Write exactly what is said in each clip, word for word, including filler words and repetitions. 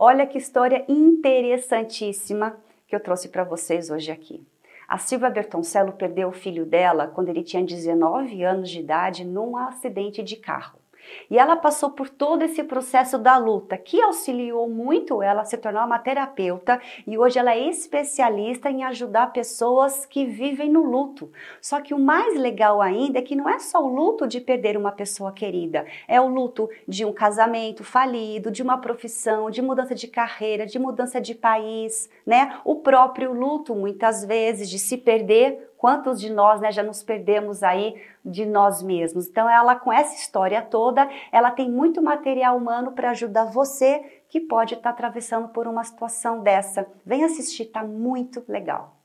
Olha que história interessantíssima que eu trouxe para vocês hoje aqui. A Silvia Bertoncello perdeu o filho dela quando ele tinha dezenove anos de idade num acidente de carro. E ela passou por todo esse processo da luta, que auxiliou muito ela a se tornar uma terapeuta, e hoje ela é especialista em ajudar pessoas que vivem no luto. Só que o mais legal ainda é que não é só o luto de perder uma pessoa querida, é o luto de um casamento falido, de uma profissão, de mudança de carreira, de mudança de país, né? O próprio luto, muitas vezes, de se perder. Quantos de nós, né, já nos perdemos aí de nós mesmos? Então ela, com essa história toda, ela tem muito material humano para ajudar você que pode estar atravessando por uma situação dessa. Vem assistir, tá muito legal.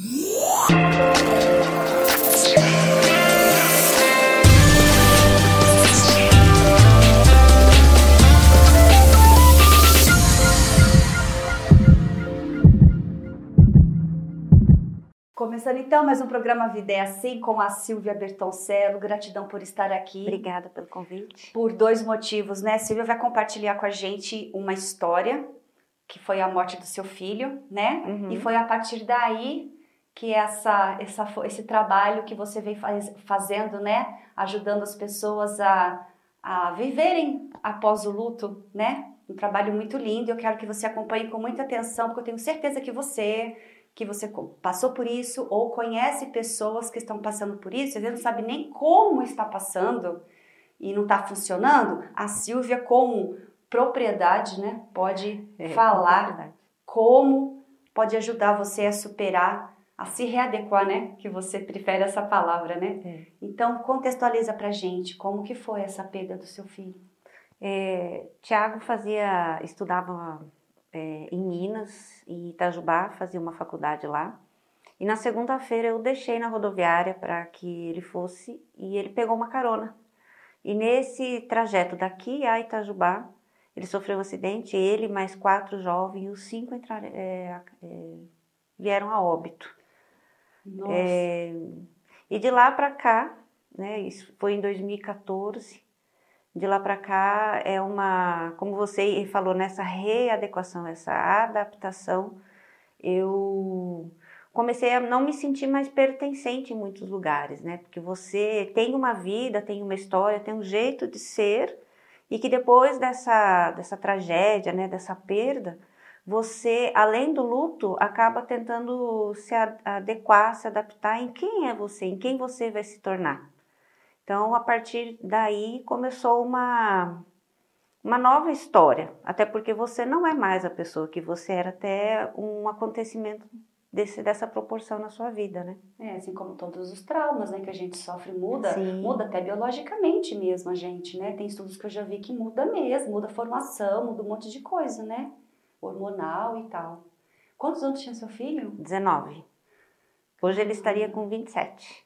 Começando então mais um programa Vida é Assim com a Silvia Bertoncello. Gratidão por estar aqui. Obrigada pelo convite. Por dois motivos, né? Silvia vai compartilhar com a gente uma história que foi a morte do seu filho, né? Uhum. E foi a partir daí que essa, essa, esse trabalho que você vem faz, fazendo, né? Ajudando as pessoas a, a viverem após o luto, né? Um trabalho muito lindo. Eu quero que você acompanhe com muita atenção, porque eu tenho certeza que você... que você passou por isso ou conhece pessoas que estão passando por isso, às vezes não sabe nem como está passando e não está funcionando, a Silvia, com propriedade, né, pode é, falar como pode ajudar você a superar, a se readequar, né, que você prefere essa palavra, né? É. Então, contextualiza pra gente como que foi essa perda do seu filho. É, Tiago fazia, estudava... É, em Minas e Itajubá, fazia uma faculdade lá. E na segunda-feira eu deixei na rodoviária para que ele fosse e ele pegou uma carona. E nesse trajeto daqui a Itajubá, ele sofreu um acidente, ele mais quatro jovens, e os cinco entraram, é, é, vieram a óbito. Nossa. É, e de lá para cá, né, isso foi em dois mil e quatorze, de lá para cá é uma, como você falou, nessa readequação, essa adaptação, eu comecei a não me sentir mais pertencente em muitos lugares, né? Porque você tem uma vida, tem uma história, tem um jeito de ser, e que depois dessa, dessa tragédia, né, dessa perda, você, além do luto, acaba tentando se adequar, se adaptar em quem é você, em quem você vai se tornar. Então, a partir daí, começou uma, uma nova história, até porque você não é mais a pessoa que você era até um acontecimento desse, dessa proporção na sua vida, né? É, assim como todos os traumas, né, que a gente sofre, muda, Sim. muda até biologicamente mesmo a gente, né? Tem estudos que eu já vi que muda mesmo, muda a formação, muda um monte de coisa, né? Hormonal e tal. Quantos anos tinha seu filho? dezenove. Hoje ele estaria com vinte e sete.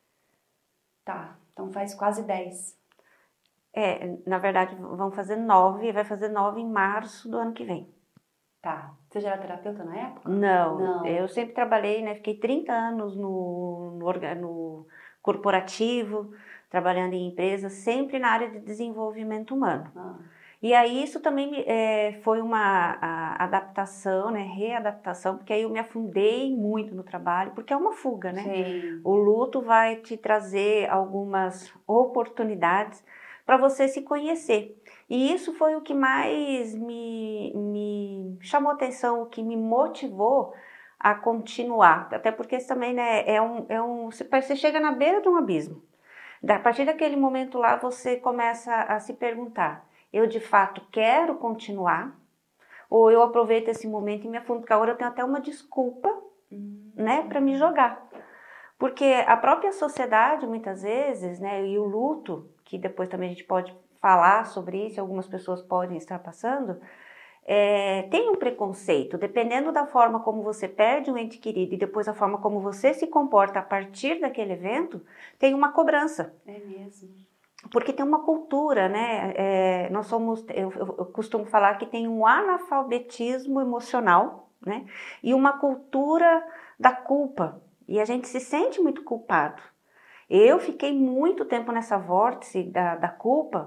Tá. Então faz quase dez. É, na verdade vão fazer nove, vai fazer nove em março do ano que vem. Tá. Você já era terapeuta na época? Não, Não. Eu sempre trabalhei, né? Fiquei trinta anos no, no, no corporativo, trabalhando em empresas, sempre na área de desenvolvimento humano. Ah. E aí isso também é, foi uma a, adaptação, né, readaptação, porque aí eu me afundei muito no trabalho, porque é uma fuga, né? Sim. O luto vai te trazer algumas oportunidades para você se conhecer. E isso foi o que mais me, me chamou atenção, o que me motivou a continuar. Até porque isso também, né, é um, é um, você chega na beira de um abismo. A partir daquele momento lá, você começa a se perguntar: eu de fato quero continuar? Ou eu aproveito esse momento e me afundo? Porque agora eu tenho até uma desculpa, uhum, né, para me jogar. Porque a própria sociedade, muitas vezes, né, e o luto, que depois também a gente pode falar sobre isso, algumas pessoas podem estar passando, é, tem um preconceito, dependendo da forma como você perde um ente querido e depois a forma como você se comporta a partir daquele evento, tem uma cobrança. É mesmo. Porque tem uma cultura, né? É, nós somos, eu, eu costumo falar que tem um analfabetismo emocional, né? E uma cultura da culpa. E a gente se sente muito culpado. Eu fiquei muito tempo nessa vórtice da, da culpa,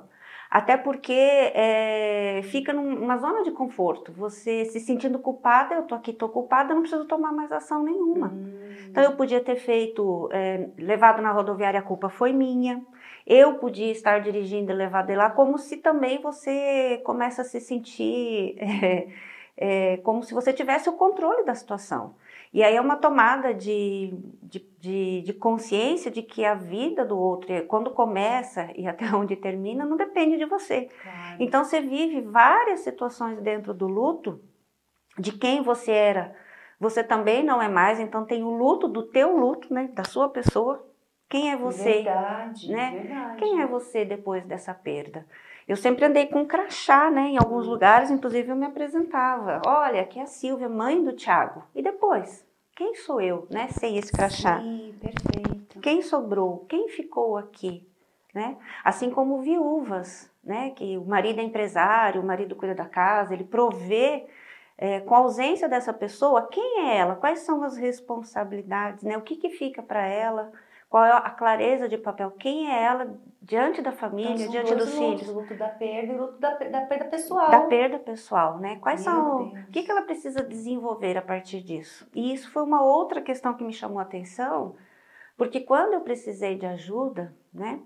Até porque é, fica numa zona de conforto. Você se sentindo culpada, eu tô aqui, tô culpada, não preciso tomar mais ação nenhuma. Hum. Então eu podia ter feito, é, levado na rodoviária, a culpa foi minha. Eu podia estar dirigindo e levado ele lá, como se também você começa a se sentir é, é, como se você tivesse o controle da situação. E aí é uma tomada de, de, de, de consciência de que a vida do outro, quando começa e até onde termina, não depende de você. Claro. Então você vive várias situações dentro do luto de quem você era. Você também não é mais, então tem o luto do teu luto, né, da sua pessoa. Quem é você? Verdade, né? verdade. Quem é você depois dessa perda? Eu sempre andei com um crachá, né? Em alguns hum. lugares, inclusive eu me apresentava. Olha, aqui é a Silvia, mãe do Thiago. E depois? Quem sou eu, né? Sem esse crachá. Sim, perfeito. Quem sobrou? Quem ficou aqui? Né? Assim como viúvas, né? Que o marido é empresário, o marido cuida da casa, ele provê. É, com a ausência dessa pessoa, quem é ela? Quais são as responsabilidades? Né? O que, que fica para ela? Qual é a clareza de papel? Quem é ela diante da família, então, diante dos lutos, filhos? O luto da perda e o luto da, da perda pessoal. Da perda pessoal, né? Quais Meu são... Deus. O que, que ela precisa desenvolver a partir disso? E isso foi uma outra questão que me chamou a atenção, porque quando eu precisei de ajuda, né?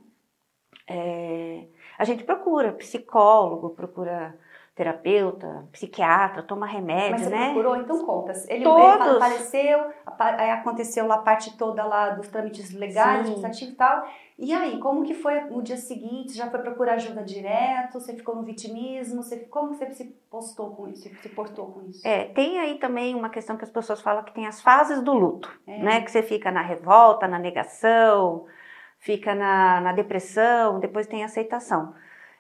É, a gente procura psicólogo, procura... terapeuta, psiquiatra, toma remédio, Mas você né? procurou? Então conta. Ele Todos. apareceu, aí aconteceu lá a parte toda lá dos trâmites legais, administrativos e tal. E aí, como que foi no dia seguinte? Você já foi procurar ajuda direto? Você ficou no vitimismo? Você, como você se postou com isso? Se portou com isso? É, tem aí também uma questão que as pessoas falam que tem as fases do luto, é. né? Que você fica na revolta, na negação, fica na, na depressão, depois tem a aceitação.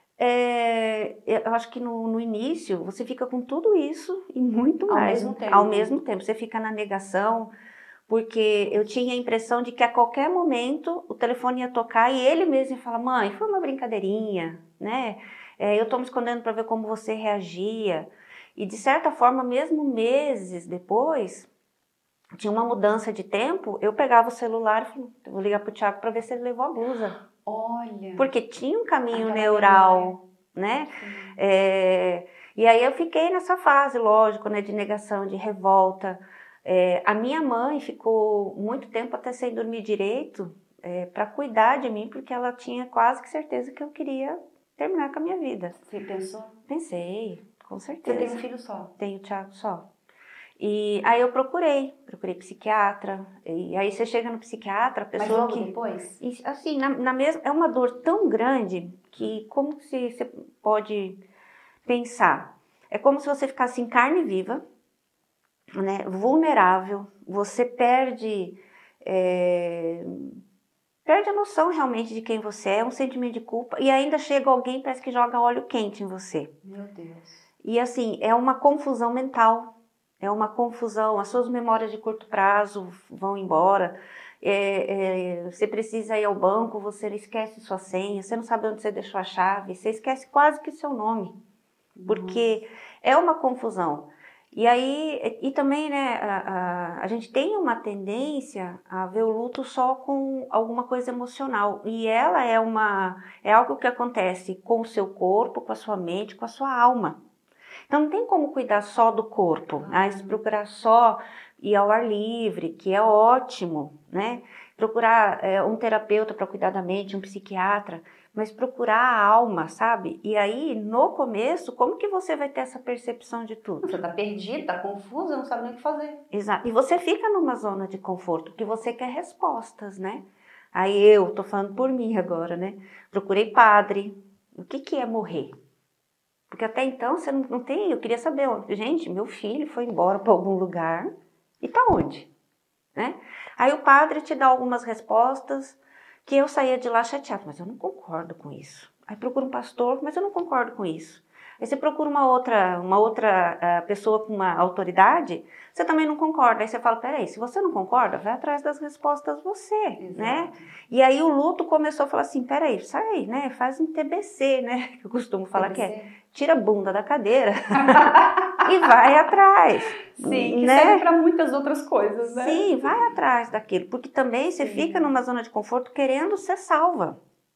É, eu acho que no, no início você fica com tudo isso e muito ao mais. Mesmo tempo. Ao mesmo tempo. Você fica na negação, porque eu tinha a impressão de que a qualquer momento o telefone ia tocar e ele mesmo ia falar: mãe, foi uma brincadeirinha, né? É, eu tô me escondendo para ver como você reagia. E de certa forma, mesmo meses depois, tinha uma mudança de tempo, eu pegava o celular e falei: vou ligar pro Thiago para ver se ele levou a blusa. Olha. Porque tinha um caminho neural, né? É, e aí eu fiquei nessa fase, lógico, né, de negação, de revolta. É, a minha mãe ficou muito tempo até sem dormir direito é, para cuidar de mim, porque ela tinha quase que certeza que eu queria terminar com a minha vida. Você pensou? Pensei, com certeza. Você tem um filho só? Tenho o Thiago só. E aí eu procurei, procurei psiquiatra, e aí você chega no psiquiatra, a pessoa Mas logo que... depois? E, assim, na, na mesma, é uma dor tão grande que como se você pode pensar? É como se você ficasse em carne viva, né, vulnerável, você perde, é, perde a noção realmente de quem você é, um sentimento de culpa, e ainda chega alguém parece que joga óleo quente em você. Meu Deus. E assim, é uma confusão mental. É uma confusão, as suas memórias de curto prazo vão embora, é, é, você precisa ir ao banco, você esquece sua senha, você não sabe onde você deixou a chave, você esquece quase que seu nome, porque uhum. é uma confusão. E aí, e também, né, a, a, a gente tem uma tendência a ver o luto só com alguma coisa emocional, e ela é, uma, é algo que acontece com o seu corpo, com a sua mente, com a sua alma. Então não tem como cuidar só do corpo, uhum. né? Se procurar só ir ao ar livre, que é ótimo, né? Procurar é, um terapeuta para cuidar da mente, um psiquiatra, mas procurar a alma, sabe? E aí, no começo, como que você vai ter essa percepção de tudo? Você tá perdido, tá confusa, não sabe nem o que fazer. Exato. E você fica numa zona de conforto, porque você quer respostas, né? Aí eu, tô falando por mim agora, né? Procurei padre. O que que é morrer? Porque até então você não, não tem, eu queria saber, gente, meu filho foi embora para algum lugar e tá onde? Né? Aí o padre te dá algumas respostas que eu saía de lá chateada, mas eu não concordo com isso. Aí procura um pastor, mas eu não concordo com isso. Aí você procura uma outra, uma outra uh, pessoa com uma autoridade, você também não concorda. Aí você fala, peraí, se você não concorda, vai atrás das respostas você, Exato. Né? E aí o luto começou a falar assim, peraí, sai, né? Faz um T B C, né? Que eu costumo falar T B C. Que é, tira a bunda da cadeira e vai atrás. Sim, que né? serve para muitas outras coisas, né? Sim, vai atrás daquilo, porque também você Sim. fica numa zona de conforto querendo ser salva.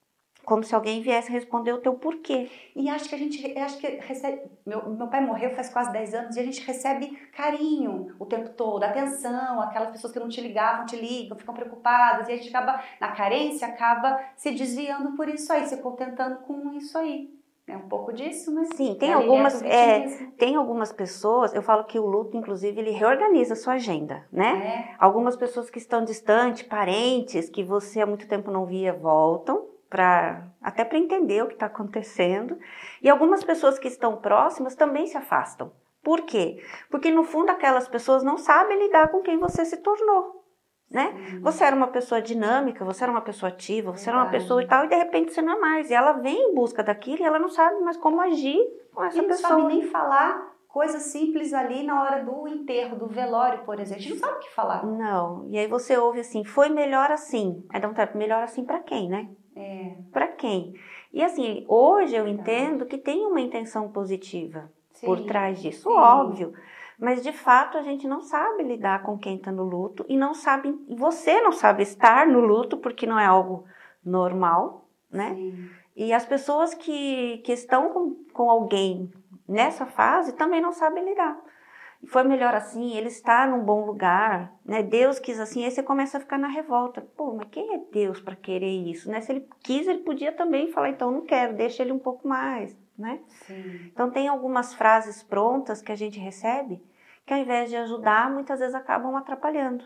como se alguém viesse responder o teu porquê. E acho que a gente, acho que recebe, meu, meu pai morreu faz quase dez anos e a gente recebe carinho o tempo todo, atenção, aquelas pessoas que não te ligavam, te ligam, ficam preocupadas, e a gente acaba, na carência, acaba se desviando por isso aí, se contentando com isso aí. É um pouco disso, né? Sim, tem algumas, é, tem algumas pessoas, eu falo que o luto, inclusive, ele reorganiza a sua agenda, né? É. Algumas pessoas que estão distantes, parentes, que você há muito tempo não via, voltam, pra, até para entender o que está acontecendo. E algumas pessoas que estão próximas também se afastam. Por quê? Porque, no fundo, aquelas pessoas não sabem lidar com quem você se tornou. Né? Uhum. Você era uma pessoa dinâmica, você era uma pessoa ativa, você Verdade. Era uma pessoa e tal, e de repente você não é mais. E ela vem em busca daquilo e ela não sabe mais como agir com essa e não pessoa. Não sabe nem falar coisas simples ali na hora do enterro, do velório, por exemplo. A gente não sabe o que falar. Não. E aí você ouve assim, foi melhor assim. Aí dá um tempo, melhor assim pra quem, né? É. Pra quem? E assim, hoje eu entendo que tem uma intenção positiva sim, por trás disso, sim. Óbvio. Mas, de fato, a gente não sabe lidar com quem está no luto e não sabe, e você não sabe estar no luto porque não é algo normal, né? Sim. E as pessoas que, que estão com, com alguém nessa fase também não sabem lidar. E foi melhor assim, ele está num bom lugar, né? Deus quis assim, aí você começa a ficar na revolta. Pô, mas quem é Deus para querer isso, né? Se ele quis, ele podia também falar, então não quero, deixa ele um pouco mais. Né? Sim. Então tem algumas frases prontas que a gente recebe que ao invés de ajudar, muitas vezes acabam atrapalhando.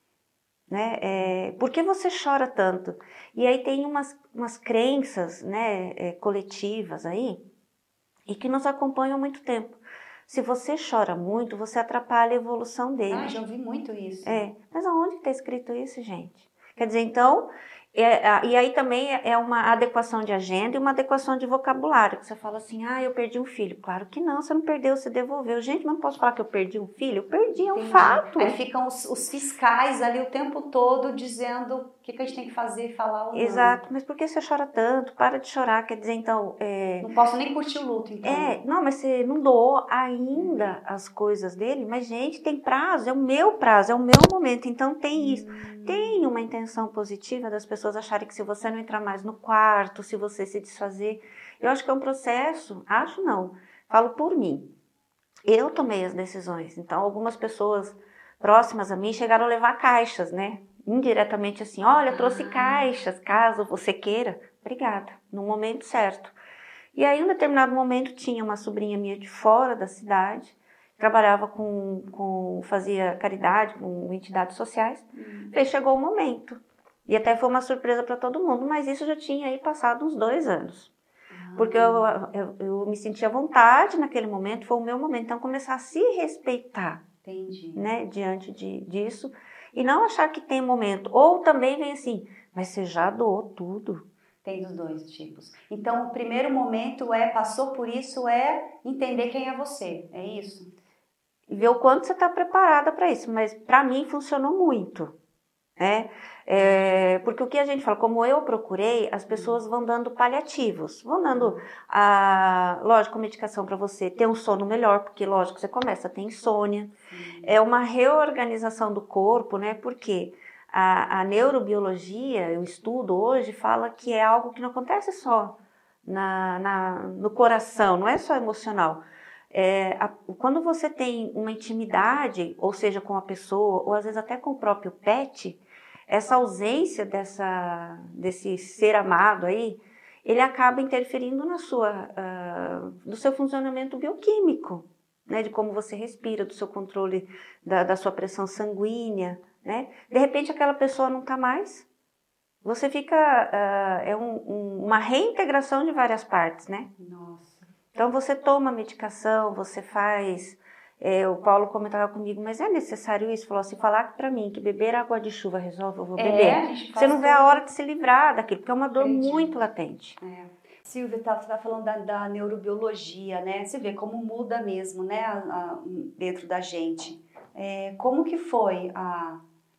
Né? É, por que você chora tanto? E aí tem umas, umas crenças, né, é, coletivas aí e que nos acompanham há muito tempo. Se você chora muito, você atrapalha a evolução dele. Ah, já ouvi muito isso. É, mas aonde está escrito isso, gente? Quer dizer, então... É, e aí também é uma adequação de agenda e uma adequação de vocabulário, que você fala assim, ah, eu perdi um filho. Claro que não, você não perdeu, você devolveu. Gente, mas não posso falar que eu perdi um filho? Eu perdi, é um Entendi. fato. Aí ficam os, os fiscais ali o tempo todo dizendo o que, que a gente tem que fazer, falar ou não. Exato, mas por que você chora tanto? Para de chorar, quer dizer, então... É... Não posso nem curtir o luto, então. É, não, mas você não doou ainda as coisas dele, mas, gente, tem prazo, é o meu prazo, é o meu momento, então tem isso. Hum. Tem uma intenção positiva das pessoas acharem que se você não entrar mais no quarto, se você se desfazer, eu acho que é um processo, acho não, falo por mim. Eu tomei as decisões, então algumas pessoas próximas a mim chegaram a levar caixas, né? Indiretamente assim, olha, trouxe ah. caixas, caso você queira. Obrigada, no momento certo. E aí, em um determinado momento, tinha uma sobrinha minha de fora da cidade, trabalhava com, com fazia caridade com entidades sociais. Hum. Aí chegou o momento. E até foi uma surpresa para todo mundo, mas isso já tinha aí passado uns dois anos. Ah. Porque eu, eu, eu me sentia à vontade naquele momento, foi o meu momento. Então, começar a se respeitar. Entendi. Né, diante de, disso. E não achar que tem momento. Ou também vem assim, mas você já doou tudo. Tem dos dois tipos. Então, o primeiro momento é, passou por isso, é entender quem é você, é isso? E ver o quanto você está preparada para isso, mas para mim funcionou muito. Né? É, porque o que a gente fala, como eu procurei, as pessoas vão dando paliativos, vão dando, a, lógico, medicação para você ter um sono melhor, porque lógico, você começa a ter insônia, Sim. É uma reorganização do corpo, né? Porque a, a neurobiologia, o estudo hoje fala que é algo que não acontece só na, na, no coração, não é só emocional. É, a, quando você tem uma intimidade, ou seja, com a pessoa, ou às vezes até com o próprio pet, essa ausência dessa, desse ser amado aí, ele acaba interferindo na sua, uh, no seu funcionamento bioquímico, né, de como você respira, do seu controle da, da sua pressão sanguínea, né? De repente aquela pessoa não está mais, você fica, uh, é um, um, uma reintegração de várias partes, né? Nossa. Então você toma medicação, você faz, é, o Paulo comentava comigo, mas é necessário isso? Falou assim, falar para mim que beber água de chuva resolve, eu vou beber. É, você não vê a hora de se livrar daquilo, porque é uma dor Entendi. Muito latente. É. Silvia, você está falando da, da neurobiologia, né? Você vê como muda mesmo, né, a, a, dentro da gente. É, como que foi a...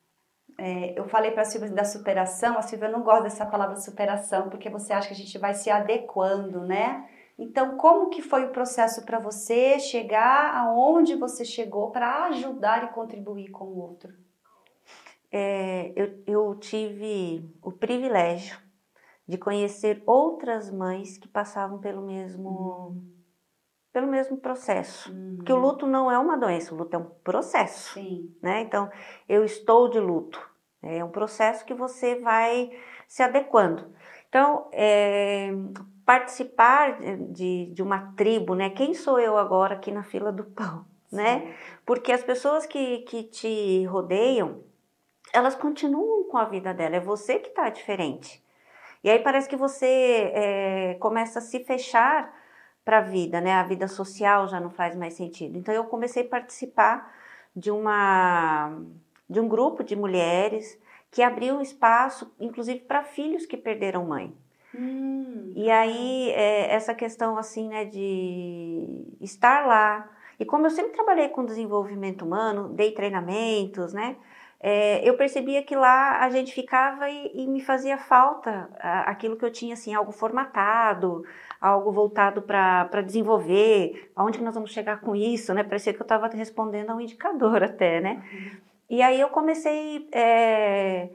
É, eu falei para a Silvia da superação, a Silvia não gosta dessa palavra superação, porque você acha que a gente vai se adequando, né? Então, como que foi o processo para você chegar aonde você chegou para ajudar e contribuir com o outro? É, eu, eu tive o privilégio de conhecer outras mães que passavam pelo mesmo, uhum. pelo mesmo processo. Uhum. Porque o luto não é uma doença, o luto é um processo. Sim. Né? Então, eu estou de luto. É um processo que você vai se adequando. Então, é, participar de, de uma tribo, né? Quem sou eu agora aqui na fila do pão? Né? Porque as pessoas que, que te rodeiam, elas continuam com a vida dela, é você que está diferente. E aí parece que você é, começa a se fechar para a vida, né? A vida social já não faz mais sentido. Então eu comecei a participar de, uma, de um grupo de mulheres que abriu espaço, inclusive para filhos que perderam mãe. Hum, e aí é, essa questão assim, né, de estar lá. E como eu sempre trabalhei com desenvolvimento humano, dei treinamentos, né? É, eu percebia que lá a gente ficava e, e me fazia falta a, aquilo que eu tinha, assim, algo formatado, algo voltado para desenvolver, aonde que nós vamos chegar com isso, né? Parecia que eu estava respondendo a um indicador até, né? Uhum. E aí eu comecei, é,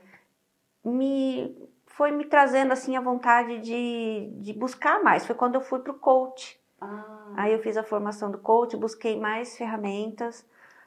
me, foi me trazendo, assim, a vontade de, de buscar mais. Foi quando eu fui para o coach. Ah. Aí eu fiz a formação do coach, busquei mais ferramentas,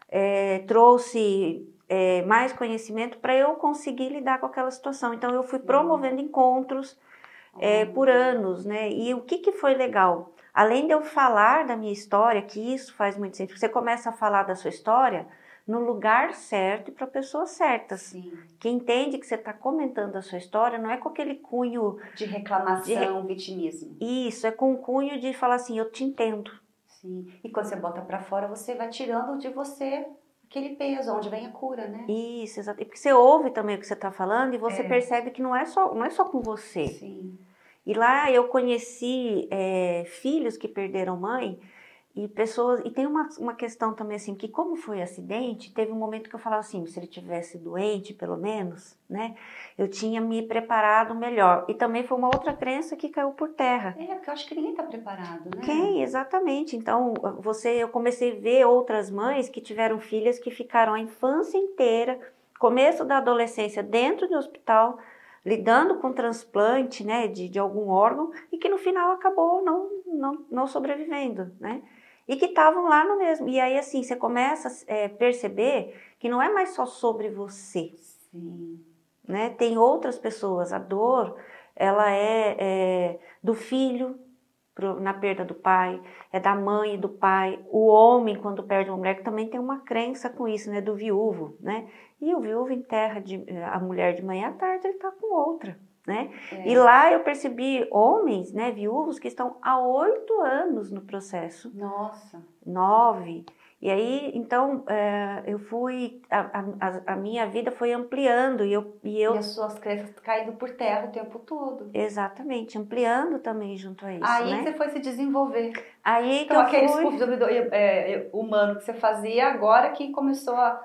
é, trouxe é, mais conhecimento para eu conseguir lidar com aquela situação. Então eu fui promovendo encontros é, por anos, né? E o que, que foi legal? Além de eu falar da minha história, que isso faz muito sentido, você começa a falar da sua história no lugar certo e para pessoas certas. Sim. Que entende que você está comentando a sua história, não é com aquele cunho de reclamação, de... vitimismo. Isso, é com o cunho de falar assim, eu te entendo. Sim. E quando você bota para fora, você vai tirando de você aquele peso, onde vem a cura, né? Isso, exato. E porque você ouve também o que você está falando e você é. percebe que não é só, não é só com você. Sim. E lá eu conheci é, filhos que perderam mãe e pessoas... E tem uma, uma questão também assim, que como foi acidente, teve um momento que eu falava assim, se ele tivesse doente, pelo menos, né? Eu tinha me preparado melhor. E também foi uma outra crença que caiu por terra. É, porque eu acho que ninguém está preparado, né? Quem? Exatamente. Então, você, eu comecei a ver outras mães que tiveram filhas que ficaram a infância inteira, começo da adolescência, dentro do hospital, lidando com transplante, né, de, de algum órgão, e que no final acabou não, não, não sobrevivendo, né? E que estavam lá no mesmo. E aí, assim, você começa a é, perceber que não é mais só sobre você. Sim. Né? Tem outras pessoas. A dor, ela é, é do filho, na perda do pai, é da mãe e do pai, o homem quando perde uma mulher, que também tem uma crença com isso, né, do viúvo, né, e o viúvo enterra de, a mulher de manhã à tarde, ele tá com outra, né, é. E lá eu percebi homens, né, viúvos que estão há oito anos no processo. Nossa. Nove. E aí, então, é, eu fui, a, a, a minha vida foi ampliando e eu... E, eu, e as suas crenças caindo por terra o tempo todo. Exatamente, ampliando também junto a isso, aí né? Aí que você foi se desenvolver. Aí então, que aquele fui... esforço é, humano que você fazia, agora que começou a...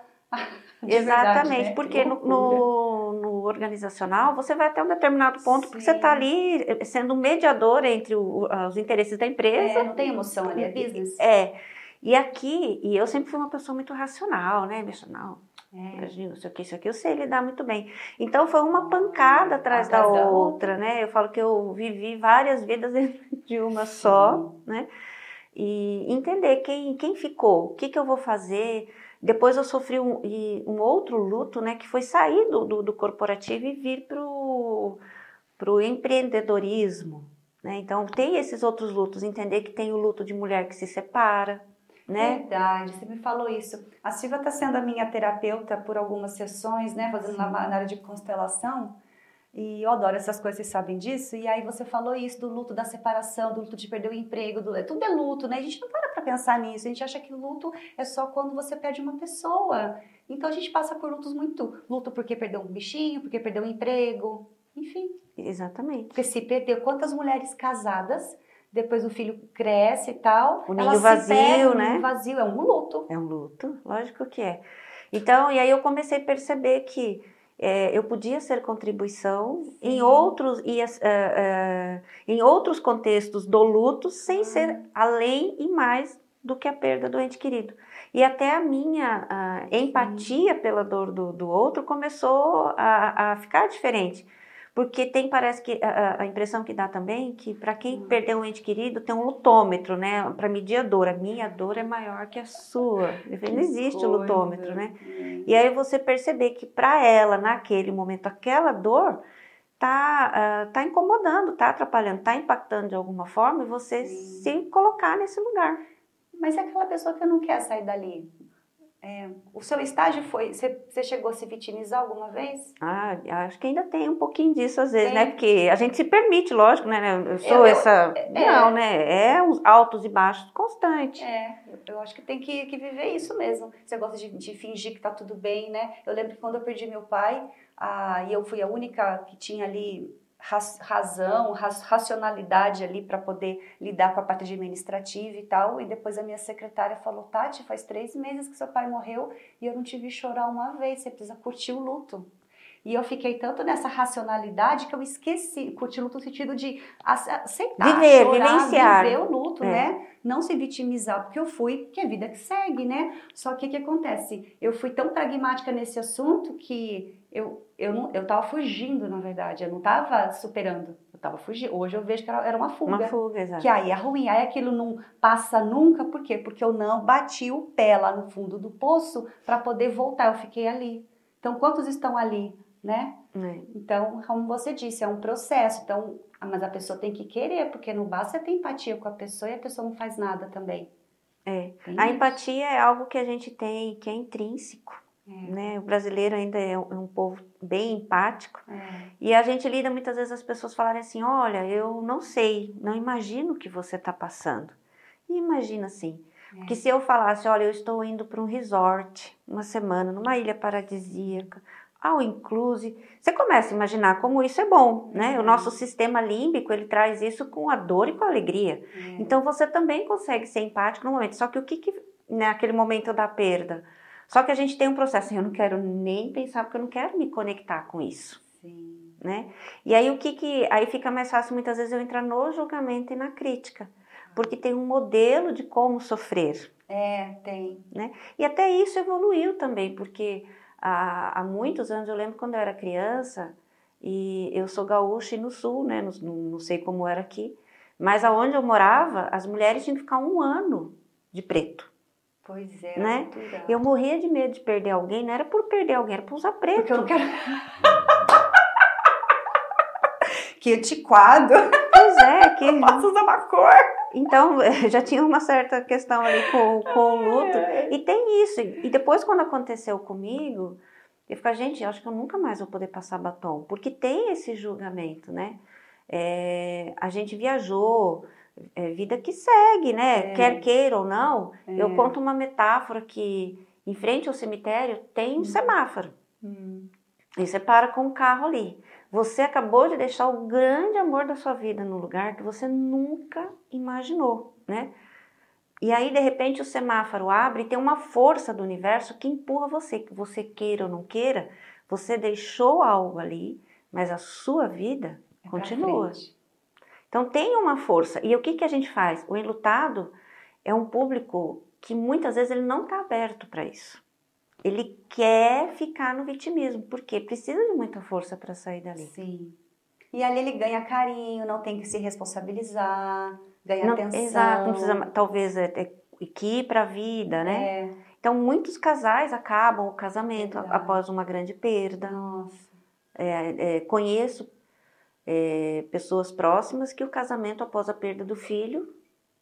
De Exatamente, verdade, né? Porque no, no, no organizacional você vai até um determinado ponto, Sim. porque você está ali sendo um mediador entre o, os interesses da empresa. É, não tem emoção ali, é business. É. E aqui, e eu sempre fui uma pessoa muito racional, né, emocional. É. Isso aqui, isso aqui, eu sei lidar muito bem. Então foi uma pancada atrás, atrás da, da outra, outra, né? Eu falo que eu vivi várias vidas dentro de uma Sim. só, né? E entender quem, quem ficou, o que, que eu vou fazer. Depois eu sofri um, um outro luto, né? Que foi sair do, do, do corporativo e vir pro, pro empreendedorismo, né? Então tem esses outros lutos, entender que tem o luto de mulher que se separa, né? Verdade, você me falou isso. A Silvia está sendo a minha terapeuta por algumas sessões, né? Fazendo na, na área de constelação. E eu adoro essas coisas, vocês sabem disso. E aí você falou isso do luto da separação, do luto de perder o emprego, do, tudo é luto, né? A gente não para pra pensar nisso. A gente acha que luto é só quando você perde uma pessoa. Então a gente passa por lutos muito. Luto porque perdeu um bichinho, porque perdeu um emprego, enfim. Exatamente. Porque se perdeu, quantas mulheres casadas... Depois o filho cresce e tal. O ninho vazio, pegam, né? O ninho vazio, é um luto. É um luto, lógico que é. Então, e aí eu comecei a perceber que é, eu podia ser contribuição Sim. em outros, e, uh, uh, em outros contextos do luto, sem ah. ser além e mais do que a perda do ente querido. E até a minha uh, empatia Sim. pela dor do, do outro começou a, a ficar diferente. Porque tem, parece que, a, a impressão que dá também, que para quem hum. perdeu um ente querido, tem um lutômetro, né? Para medir a dor. A minha dor é maior que a sua. Não existe o lutômetro, né? Hum. E aí você perceber que para ela, naquele momento, aquela dor tá, uh, tá incomodando, tá atrapalhando, tá impactando de alguma forma, e você Sim. se colocar nesse lugar. Mas é aquela pessoa que não quer sair dali. É, o seu estágio foi... Você, você chegou a se vitimizar alguma vez? Ah, acho que ainda tem um pouquinho disso às vezes, tem. né? Porque a gente se permite, lógico, né? Eu sou eu, essa... Eu, é, não, né? É os altos e baixos constantes. É, eu acho que tem que, que viver isso mesmo. Você gosta de, de fingir que tá tudo bem, né? Eu lembro que quando eu perdi meu pai, ah, e eu fui a única que tinha ali... razão, racionalidade ali para poder lidar com a parte administrativa e tal, e depois a minha secretária falou, Tati, faz três meses que seu pai morreu e eu não te vi chorar uma vez, você precisa curtir o luto. E eu fiquei tanto nessa racionalidade que eu esqueci, curtir o luto no sentido de aceitar, viver, chorar, vivenciar. viver o luto, é. né? Não se vitimizar, porque eu fui, que é a vida que segue, né? Só que o que acontece? Eu fui tão pragmática nesse assunto que eu, eu, não, eu tava fugindo, na verdade, eu não tava superando, eu tava fugindo. Hoje eu vejo que era uma fuga. Uma fuga, exato. Que aí é ruim, aí aquilo não passa nunca, por quê? Porque eu não bati o pé lá no fundo do poço para poder voltar, eu fiquei ali. Então, quantos estão ali, né? É. Então, como você disse, é um processo, então, mas a pessoa tem que querer, porque não basta você ter empatia com a pessoa e a pessoa não faz nada também. É. Tem a isso. empatia é algo que a gente tem, que é intrínseco. É. Né? O brasileiro ainda é um, é um povo bem empático. É. E a gente lida muitas vezes as pessoas falarem assim, olha, eu não sei, não imagino o que você está passando. E imagina assim, é. que se eu falasse, olha, eu estou indo para um resort, uma semana, numa ilha paradisíaca, ao inclusive, você começa a imaginar como isso é bom, né? Uhum. O nosso sistema límbico, ele traz isso com a dor e com a alegria. Uhum. Então, você também consegue ser empático no momento. Só que o que, que naquele momento da perda? Só que a gente tem um processo, eu não quero nem pensar, porque eu não quero me conectar com isso. Sim. Né? E aí, o que que... Aí fica mais fácil, muitas vezes, eu entrar no julgamento e na crítica. Porque tem um modelo de como sofrer. É, tem. Né? E até isso evoluiu também, porque... Há, há muitos anos, eu lembro quando eu era criança, e eu sou gaúcha e no sul, né, não, não sei como era aqui, mas aonde eu morava, as mulheres tinham que ficar um ano de preto. Pois é, né? Eu morria de medo de perder alguém, não era por perder alguém, era por usar preto. Porque eu não quero... que antiquado. Pois é, que... Eu posso usar uma cor. Então, já tinha uma certa questão ali com, com o luto. E tem isso. E depois, quando aconteceu comigo, eu fico, gente, eu acho que eu nunca mais vou poder passar batom. Porque tem esse julgamento, né? É, a gente viajou, é, vida que segue, né? É. Quer queira ou não. É. Eu conto uma metáfora que, em frente ao cemitério, tem um hum. semáforo. Hum. E você para com o carro ali. Você acabou de deixar o grande amor da sua vida no lugar que você nunca imaginou, né? E aí, de repente, o semáforo abre e tem uma força do universo que empurra você, que você queira ou não queira, você deixou algo ali, mas a sua vida é continua. Então, tem uma força. E o que, que a gente faz? O enlutado é um público que muitas vezes ele não está aberto para isso. Ele quer ficar no vitimismo, porque precisa de muita força para sair dali. Sim. E ali ele ganha carinho, não tem que se responsabilizar, ganha não, atenção. Exato, não precisa, talvez, é, é, ir para a vida, né? É. Então, muitos casais acabam o casamento Verdade. após uma grande perda. Nossa. É, é, conheço é, pessoas próximas que o casamento após a perda do filho...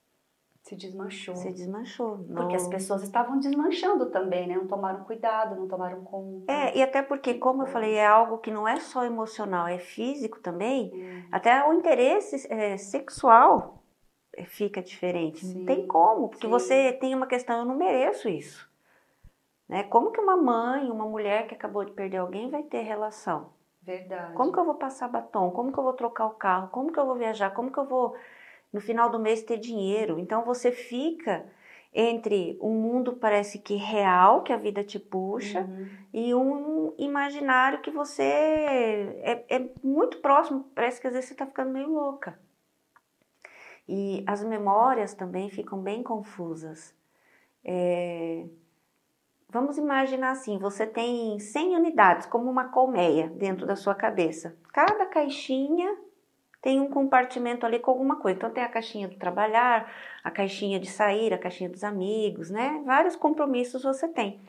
Se desmanchou. Se desmanchou. Porque não... as pessoas estavam desmanchando também, né? Não tomaram cuidado, não tomaram conta. É, e até porque, como eu falei, é algo que não é só emocional, é físico também. Hum. Até o interesse é, sexual fica diferente. Sim. Não tem como, porque Sim. você tem uma questão, eu não mereço isso. Né? Como que uma mãe, uma mulher que acabou de perder alguém vai ter relação? Verdade. Como que eu vou passar batom? Como que eu vou trocar o carro? Como que eu vou viajar? Como que eu vou... no final do mês ter dinheiro. Então você fica entre um mundo parece que real, que a vida te puxa, uhum. e um imaginário que você é, é muito próximo, parece que às vezes você está ficando meio louca. E as memórias também ficam bem confusas. É... vamos imaginar assim, você tem cem unidades, como uma colmeia dentro da sua cabeça. Cada caixinha tem um compartimento ali com alguma coisa. Então tem a caixinha do trabalhar, a caixinha de sair, a caixinha dos amigos, né? Vários compromissos você tem.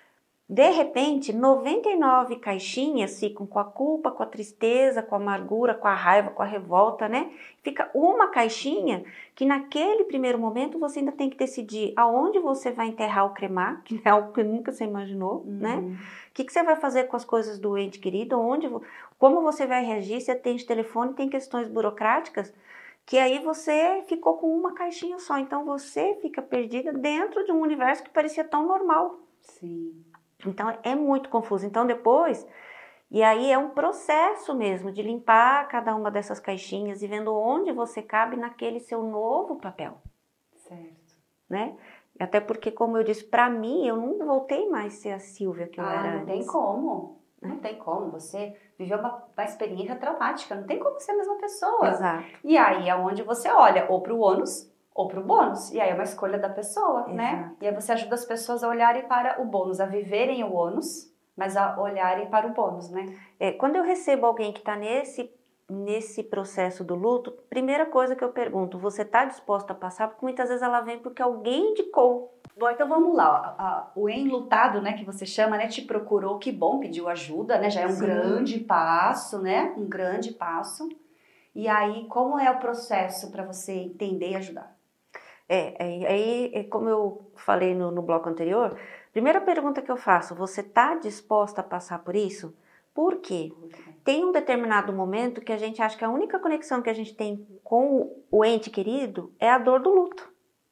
De repente, noventa e nove caixinhas ficam com a culpa, com a tristeza, com a amargura, com a raiva, com a revolta, né? Fica uma caixinha que naquele primeiro momento você ainda tem que decidir aonde você vai enterrar o cremar, que é algo que nunca você imaginou, uhum. né? O que, que você vai fazer com as coisas do ente querido, onde, como você vai reagir, se atende telefone, tem questões burocráticas, que aí você ficou com uma caixinha só. Então você fica perdida dentro de um universo que parecia tão normal. Sim. Então é muito confuso. Então depois, e aí é um processo mesmo de limpar cada uma dessas caixinhas e vendo onde você cabe naquele seu novo papel. Certo. Né? Até porque, como eu disse, para mim, eu não voltei mais a ser a Silvia que eu ah, era não antes. tem como. Não tem como. Você viveu uma, uma experiência traumática. Não tem como ser a mesma pessoa. Exato. E aí é onde você olha ou para o ônus ou para o bônus. E aí é uma escolha da pessoa, Exato. né? E aí você ajuda as pessoas a olharem para o bônus, a viverem o ônus, mas a olharem para o bônus, né? É, quando eu recebo alguém que está nesse, nesse processo do luto, primeira coisa que eu pergunto, você está disposta a passar? Porque muitas vezes ela vem porque alguém indicou. Bom, então vamos lá. A, a, o enlutado, né, que você chama, né, te procurou, que bom, pediu ajuda, né? Já é um Sim. grande passo, né? Um grande passo. E aí, como é o processo para você entender e ajudar? É, aí, é, é, como eu falei no, no bloco anterior, primeira pergunta que eu faço, você está disposta a passar por isso? Por quê? Tem um determinado momento que a gente acha que a única conexão que a gente tem com o ente querido é a dor do luto.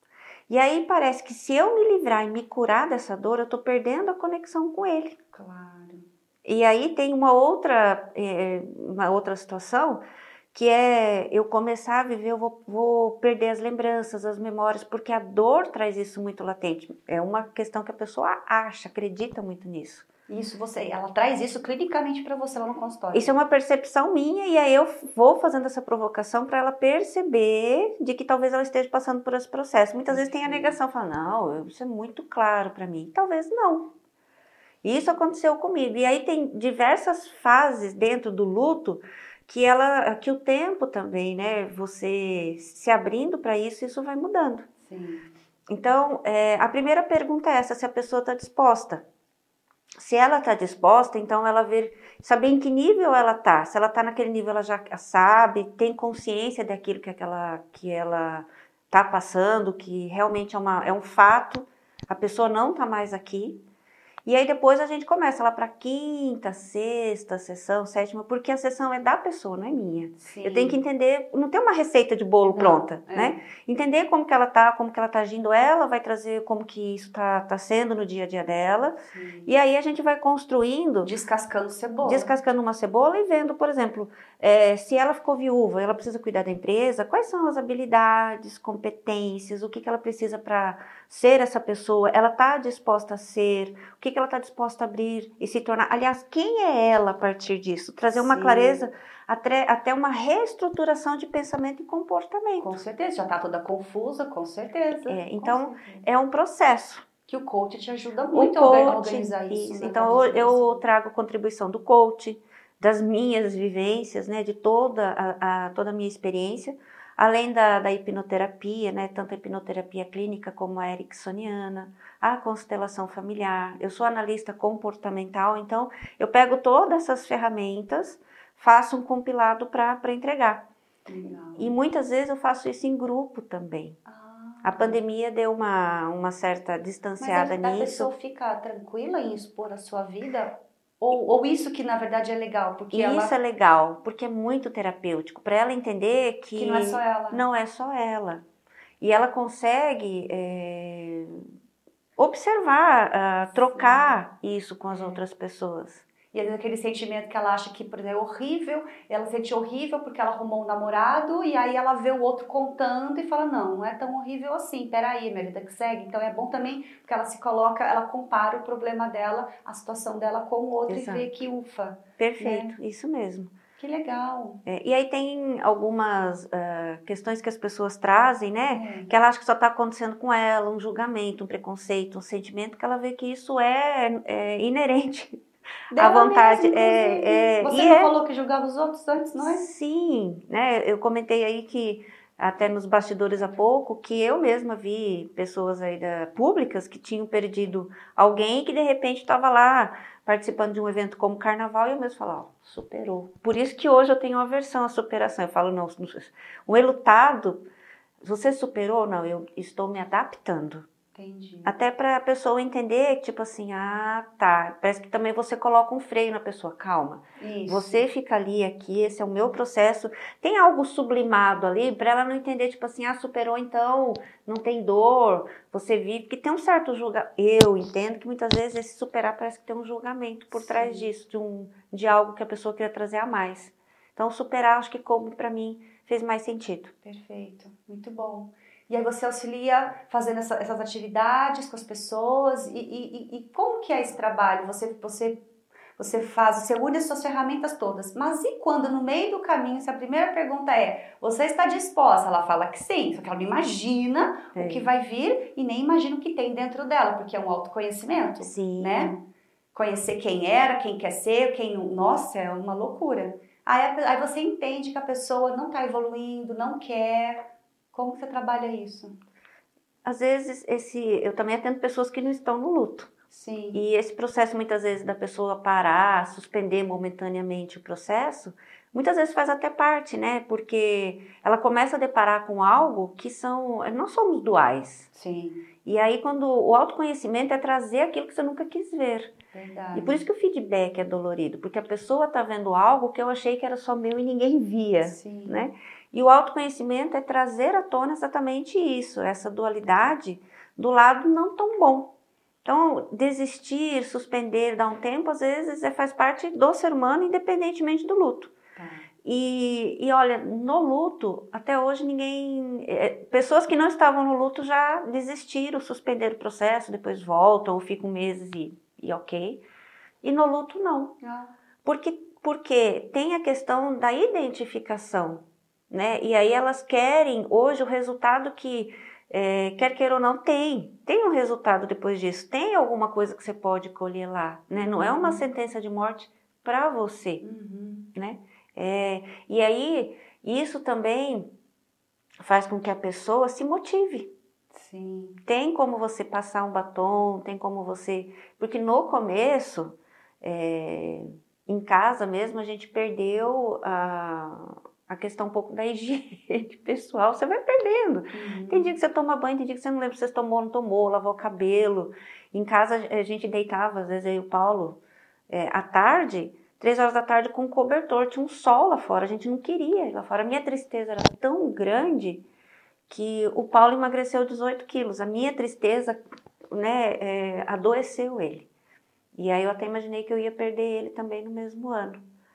E aí parece que se eu me livrar e me curar dessa dor, eu estou perdendo a conexão com ele. Claro. E aí tem uma outra, é, uma outra situação, que é eu começar a viver, eu vou, vou perder as lembranças, as memórias, porque a dor traz isso muito latente. É uma questão que a pessoa acha, acredita muito nisso. Isso, você, ela traz isso clinicamente para você lá no consultório. Isso é uma percepção minha e aí eu vou fazendo essa provocação para ela perceber de que talvez ela esteja passando por esse processo. Muitas vezes tem a negação, fala, não, isso é muito claro para mim. Talvez não. Isso aconteceu comigo. E aí tem diversas fases dentro do luto que ela, que o tempo também, né, você se abrindo para isso, isso vai mudando. Sim. Então, é, a primeira pergunta é essa, se a pessoa está disposta. Se ela está disposta, então ela ver, saber em que nível ela está. Se ela está naquele nível, ela já sabe, tem consciência daquilo que, aquela, que ela está passando, que realmente é, uma, é um fato, a pessoa não está mais aqui. E aí depois a gente começa lá para quinta, sexta sessão, sétima, porque a sessão é da pessoa, não é minha. Sim. Eu tenho que entender, não tem uma receita de bolo não, pronta, é. né? Entender como que ela tá, como que ela tá agindo, ela vai trazer como que isso tá, tá sendo no dia a dia dela. Sim. E aí a gente vai construindo... Descascando cebola. Descascando uma cebola e vendo, por exemplo, é, se ela ficou viúva, ela precisa cuidar da empresa, quais são as habilidades, competências, o que, que ela precisa para ser essa pessoa, ela tá disposta a ser, o que, que ela está disposta a abrir e se tornar. Aliás, quem é ela a partir disso? Trazer uma Sim. clareza, até, até uma reestruturação de pensamento e comportamento. Com certeza, já está toda confusa, com certeza. É, então, com certeza. é um processo. Que o coach te ajuda muito coach, a organizar isso. isso. Né? Então, eu, eu trago contribuição do coach, das minhas vivências, né, de toda a, a, toda a minha experiência, além da, da hipnoterapia, né, tanto a hipnoterapia clínica como a ericksoniana, a constelação familiar. Eu sou analista comportamental, então eu pego todas essas ferramentas, faço um compilado para entregar. Legal. E muitas vezes eu faço isso em grupo também. Ah. A pandemia deu uma, uma certa distanciada Mas a, nisso. a pessoa fica tranquila em expor a sua vida? Ou, ou isso que na verdade é legal? Porque Isso ela... é legal, porque é muito terapêutico, para ela entender que, que não é só ela. Não é só ela. E ela consegue é, observar, uh, trocar Sim. isso com as é. outras pessoas. E às vezes aquele sentimento que ela acha que, por exemplo, é horrível, ela sente horrível porque ela arrumou um namorado e aí ela vê o outro contando e fala, não, não é tão horrível assim, peraí, minha vida que segue. Então é bom também porque ela se coloca, ela compara o problema dela, a situação dela com o outro Exato. E vê que ufa. Perfeito, né? Isso mesmo. Que legal. É, e aí tem algumas uh, questões que as pessoas trazem, né? É. Que ela acha que só está acontecendo com ela, um julgamento, um preconceito, um sentimento, que ela vê que isso é, é inerente à Dela vontade. mesmo, inclusive. É, é, Você e não é, falou que julgava os outros antes, não é? sim, né? Eu comentei aí que até nos bastidores há pouco, que eu mesma vi pessoas aí da, públicas que tinham perdido alguém que de repente estava lá participando de um evento como Carnaval e eu mesmo falava, ó, superou. Por isso que hoje eu tenho aversão à superação. Eu falo, não, o enlutado, você superou? Não, eu estou me adaptando. Entendi. Até para a pessoa entender, tipo assim, ah, tá. Parece que também você coloca um freio na pessoa, calma. Isso. Você fica ali, aqui, esse é o meu processo. Tem algo sublimado ali para ela não entender, tipo assim, ah, superou, então não tem dor, você vive. Porque tem um certo julgamento. Eu entendo que muitas vezes esse superar parece que tem um julgamento por Sim. trás disso, de, um, de algo que a pessoa queria trazer a mais. Então, superar, acho que como para mim fez mais sentido. Perfeito, muito bom. E aí você auxilia fazendo essa, essas atividades com as pessoas e, e, e como que é esse trabalho? Você, você, você faz, você une as suas ferramentas todas, mas e quando no meio do caminho, se a primeira pergunta é, você está disposta? Ela fala que sim, só que ela não imagina é. o que vai vir e nem imagina o que tem dentro dela, porque é um autoconhecimento, sim. né? Conhecer quem era, quem quer ser, quem não, nossa, é uma loucura. Aí, aí você entende que a pessoa não está evoluindo, não quer. Como você trabalha isso? Às vezes, esse, eu também atendo pessoas que não estão no luto. Sim. E esse processo, muitas vezes, da pessoa parar, suspender momentaneamente o processo, muitas vezes faz até parte, né? Porque ela começa a deparar com algo que são... Nós somos duais. Sim. E aí, quando o autoconhecimento é trazer aquilo que você nunca quis ver. Verdade. E por isso que o feedback é dolorido, porque a pessoa está vendo algo que eu achei que era só meu e ninguém via, Sim. né? E o autoconhecimento é trazer à tona exatamente isso, essa dualidade do lado não tão bom. Então, desistir, suspender, dar um tempo, às vezes é, faz parte do ser humano, independentemente do luto. Tá. E, e olha, no luto, até hoje ninguém... É, pessoas que não estavam no luto já desistiram, suspenderam o processo, depois voltam ou ficam meses e, e ok. E no luto não. Ah. Porque, porque tem a questão da identificação, né? E aí elas querem hoje o resultado que, é, quer queira ou não, tem. Tem um resultado depois disso. Tem alguma coisa que você pode colher lá, né? Não é uma sentença de morte para você, uhum. né? É, e aí, isso também faz com que a pessoa se motive. Sim. Tem como você passar um batom, tem como você... Porque no começo, é, em casa mesmo, a gente perdeu a, a questão um pouco da higiene pessoal. Você vai perdendo. Uhum. Tem dia que você toma banho, tem dia que você não lembra se você tomou ou não tomou, lavou o cabelo. Em casa, a gente deitava, às vezes, aí o Paulo, é, à tarde... Três horas da tarde com um cobertor, tinha um sol lá fora, a gente não queria ir lá fora. A minha tristeza era tão grande que o Paulo emagreceu dezoito quilos. A minha tristeza, né, é, adoeceu ele. E aí eu até imaginei que eu ia perder ele também no mesmo ano.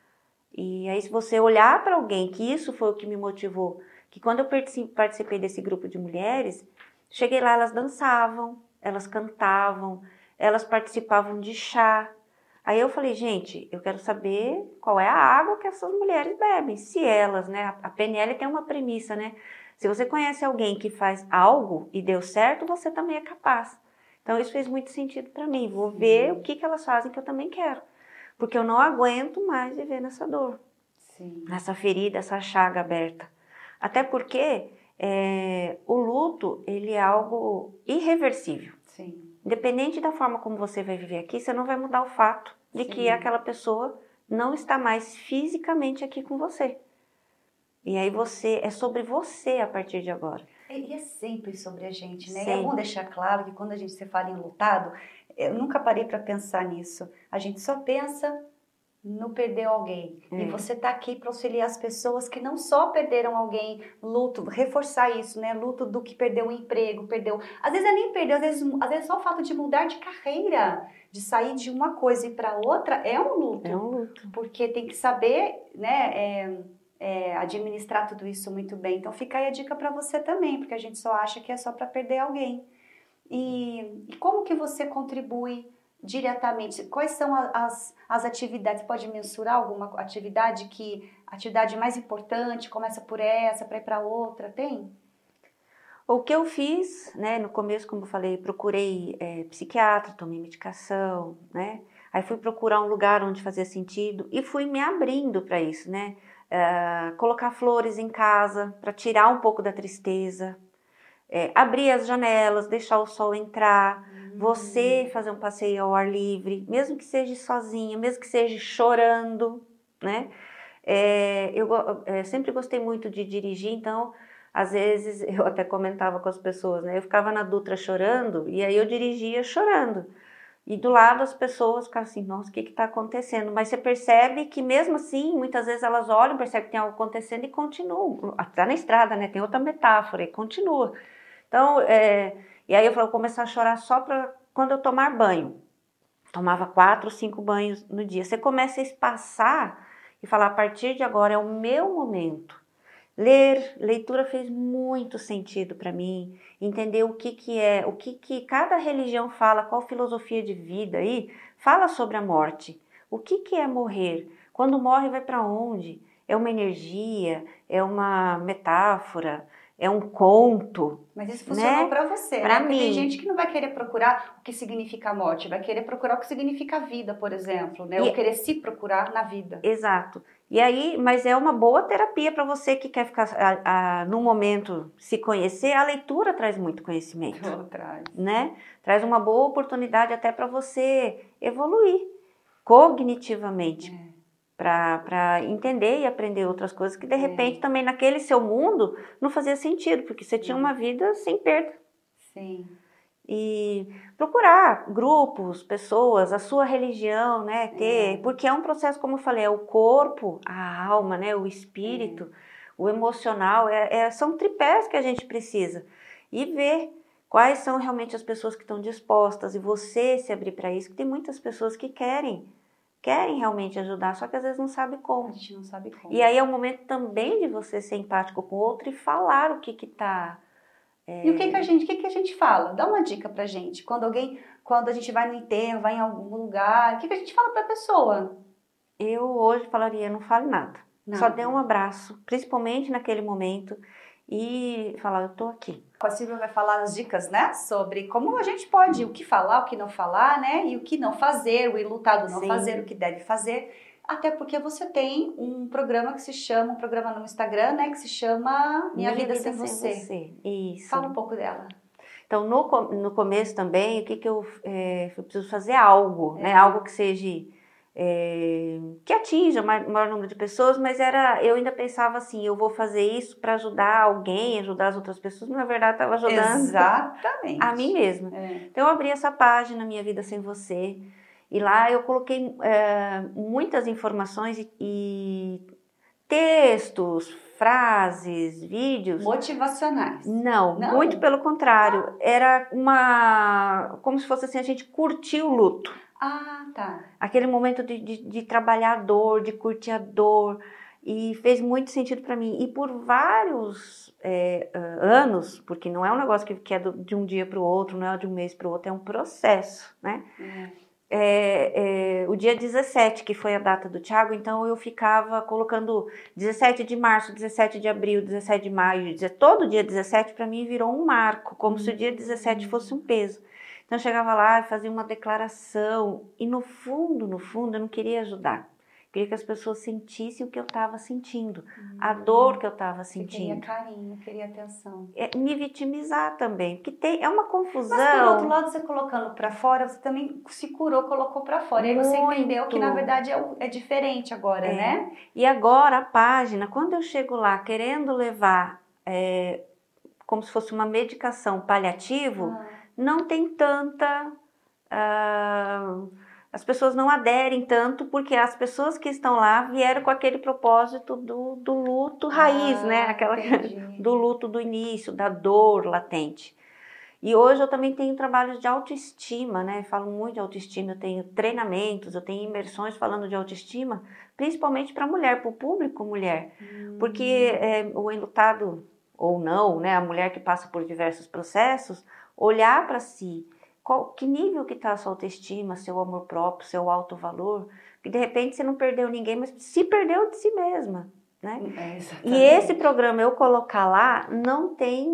E aí se você olhar para alguém, que isso foi o que me motivou, que quando eu participei desse grupo de mulheres, cheguei lá, elas dançavam, elas cantavam, elas participavam de chá. Aí eu falei, gente, eu quero saber qual é a água que essas mulheres bebem. Se elas, né, a P N L tem uma premissa, né? Se você conhece alguém que faz algo e deu certo, você também é capaz. Então isso fez muito sentido para mim. Vou Sim. ver o que, que elas fazem que eu também quero. Porque eu não aguento mais viver nessa dor. Sim. Nessa ferida, essa chaga aberta. Até porque é, o luto, ele é algo irreversível. Sim. Independente da forma como você vai viver aqui, você não vai mudar o fato de Sim. que aquela pessoa não está mais fisicamente aqui com você. E aí você, é sobre você a partir de agora. E é sempre sobre a gente, né? Sempre. É bom deixar claro que quando a gente se fala em lutado, eu nunca parei para pensar nisso. A gente só pensa no perder alguém. É. E você tá aqui para auxiliar as pessoas que não só perderam alguém, luto, reforçar isso, né? Luto do que perdeu o emprego, perdeu... Às vezes é nem perder, às vezes, às vezes só o fato de mudar de carreira, de sair de uma coisa e para outra, é um luto. É um luto. Porque tem que saber, né, é, é, administrar tudo isso muito bem. Então fica aí a dica para você também, porque a gente só acha que é só para perder alguém. E, e como que você contribui diretamente, quais são as, as atividades? Você pode mensurar alguma atividade que, atividade mais importante, começa por essa, para ir para outra, tem? O que eu fiz, né, no começo, como eu falei, procurei é, psiquiatra, tomei medicação, né? Aí fui procurar um lugar onde fazia sentido e fui me abrindo para isso, né? Uh, colocar flores em casa para tirar um pouco da tristeza, é, abrir as janelas, deixar o sol entrar, hum. Você fazer um passeio ao ar livre, mesmo que seja sozinha, mesmo que seja chorando, né? É, eu é, sempre gostei muito de dirigir, então às vezes eu até comentava com as pessoas, né? Eu ficava na Dutra chorando e aí eu dirigia chorando. E do lado as pessoas ficavam assim, nossa, o que está acontecendo? Mas você percebe que mesmo assim, muitas vezes elas olham, percebem que tem algo acontecendo e continuam. Está na estrada, né? Tem outra metáfora e continua. Então, é, e aí eu falei, vou começar a chorar só para quando eu tomar banho. Tomava quatro, cinco banhos no dia. Você começa a espaçar e falar, a partir de agora é o meu momento. Ler, leitura fez muito sentido para mim, entender o que que é, o que que cada religião fala, qual filosofia de vida aí, fala sobre a morte. O que que é morrer? Quando morre vai para onde? É uma energia? É uma metáfora? É um conto? Mas isso funcionou, né, para você, pra né? Porque mim. Tem gente que não vai querer procurar o que significa a morte, vai querer procurar o que significa a vida, por exemplo, né? E... Ou querer se procurar na vida. Exato. E aí, mas é uma boa terapia para você que quer ficar a, a, no momento se conhecer. A leitura traz muito conhecimento, oh, traz. né? Traz uma boa oportunidade até para você evoluir cognitivamente, é. para entender e aprender outras coisas que de repente é. também naquele seu mundo não fazia sentido, porque você Sim. tinha uma vida sem perda. Sim. E procurar grupos, pessoas, a sua religião, né, ter, é. porque é um processo, como eu falei, é o corpo, a alma, né, o espírito, é. o emocional, é, é, são tripés que a gente precisa, e ver quais são realmente as pessoas que estão dispostas, e você se abrir para isso, que tem muitas pessoas que querem, querem realmente ajudar, só que às vezes não sabe como. A gente não sabe como. E aí é o momento também de você ser empático com o outro e falar o que que tá... É... E o que que a gente, o que que a gente fala? Dá uma dica pra gente. Quando alguém, quando a gente vai no enterro, vai em algum lugar, o que que a gente fala pra pessoa? Eu hoje falaria, não fale nada. nada. Só dê um abraço, principalmente naquele momento, e falar, eu tô aqui. A Silvia vai falar as dicas, né? Sobre como a gente pode, o que falar, o que não falar, né? E o que não fazer, o ilutado não Sim. fazer, o que deve fazer. Até porque você tem um programa que se chama, um programa no Instagram, né? Que se chama Minha, Minha Vida, Vida Sem, Sem você. você. Isso. Fala um pouco dela. Então, no, no começo também, o que que eu, é, eu preciso fazer algo, é. né? Algo que seja, é, que atinja o maior, maior número de pessoas, mas era, eu ainda pensava assim, eu vou fazer isso para ajudar alguém, ajudar as outras pessoas, mas na verdade estava ajudando Exatamente. a mim mesma. É. Então, eu abri essa página, Minha Vida Sem Você, e lá eu coloquei é, muitas informações e, e textos, frases, vídeos. Motivacionais. Não, Não, muito pelo contrário. Ah. Era uma... como se fosse assim, a gente curtir o luto. Ah, tá. Aquele momento de, de, de trabalhar a dor, de curtir a dor. E fez muito sentido para mim. E por vários é, anos, porque não é um negócio que, que é do, de um dia para o outro, não é de um mês para o outro, é um processo, né? É. É, é, o dia dezessete, que foi a data do Thiago, então eu ficava colocando dezessete de março, dezessete de abril, dezessete de maio, todo dia dezessete para mim virou um marco, como uhum. se o dia dezessete fosse um peso. Então eu chegava lá e fazia uma declaração, e no fundo, no fundo, eu não queria ajudar. Queria que as pessoas sentissem o que eu estava sentindo, hum. a dor que eu estava sentindo. Você queria carinho, queria atenção. É, me vitimizar também, porque tem, é uma confusão. Mas por outro lado, você colocando para fora, você também se curou, colocou para fora. Muito. E aí você entendeu que na verdade é, é diferente agora, é. né? E agora a página, quando eu chego lá querendo levar é, como se fosse uma medicação paliativo, ah. não tem tanta... Uh, as pessoas não aderem tanto, porque as pessoas que estão lá vieram com aquele propósito do, do luto raiz, ah, né? Aquela, do luto do início, da dor latente. E hoje eu também tenho trabalhos de autoestima, né? Falo muito de autoestima, eu tenho treinamentos, eu tenho imersões falando de autoestima, principalmente para mulher, para o público mulher. Hum. Porque é, o enlutado, ou não, né? A mulher que passa por diversos processos, olhar para si, qual, que nível que está a sua autoestima, seu amor próprio, seu alto valor, que de repente você não perdeu ninguém, mas se perdeu de si mesma, né? É, e esse programa eu colocar lá não tem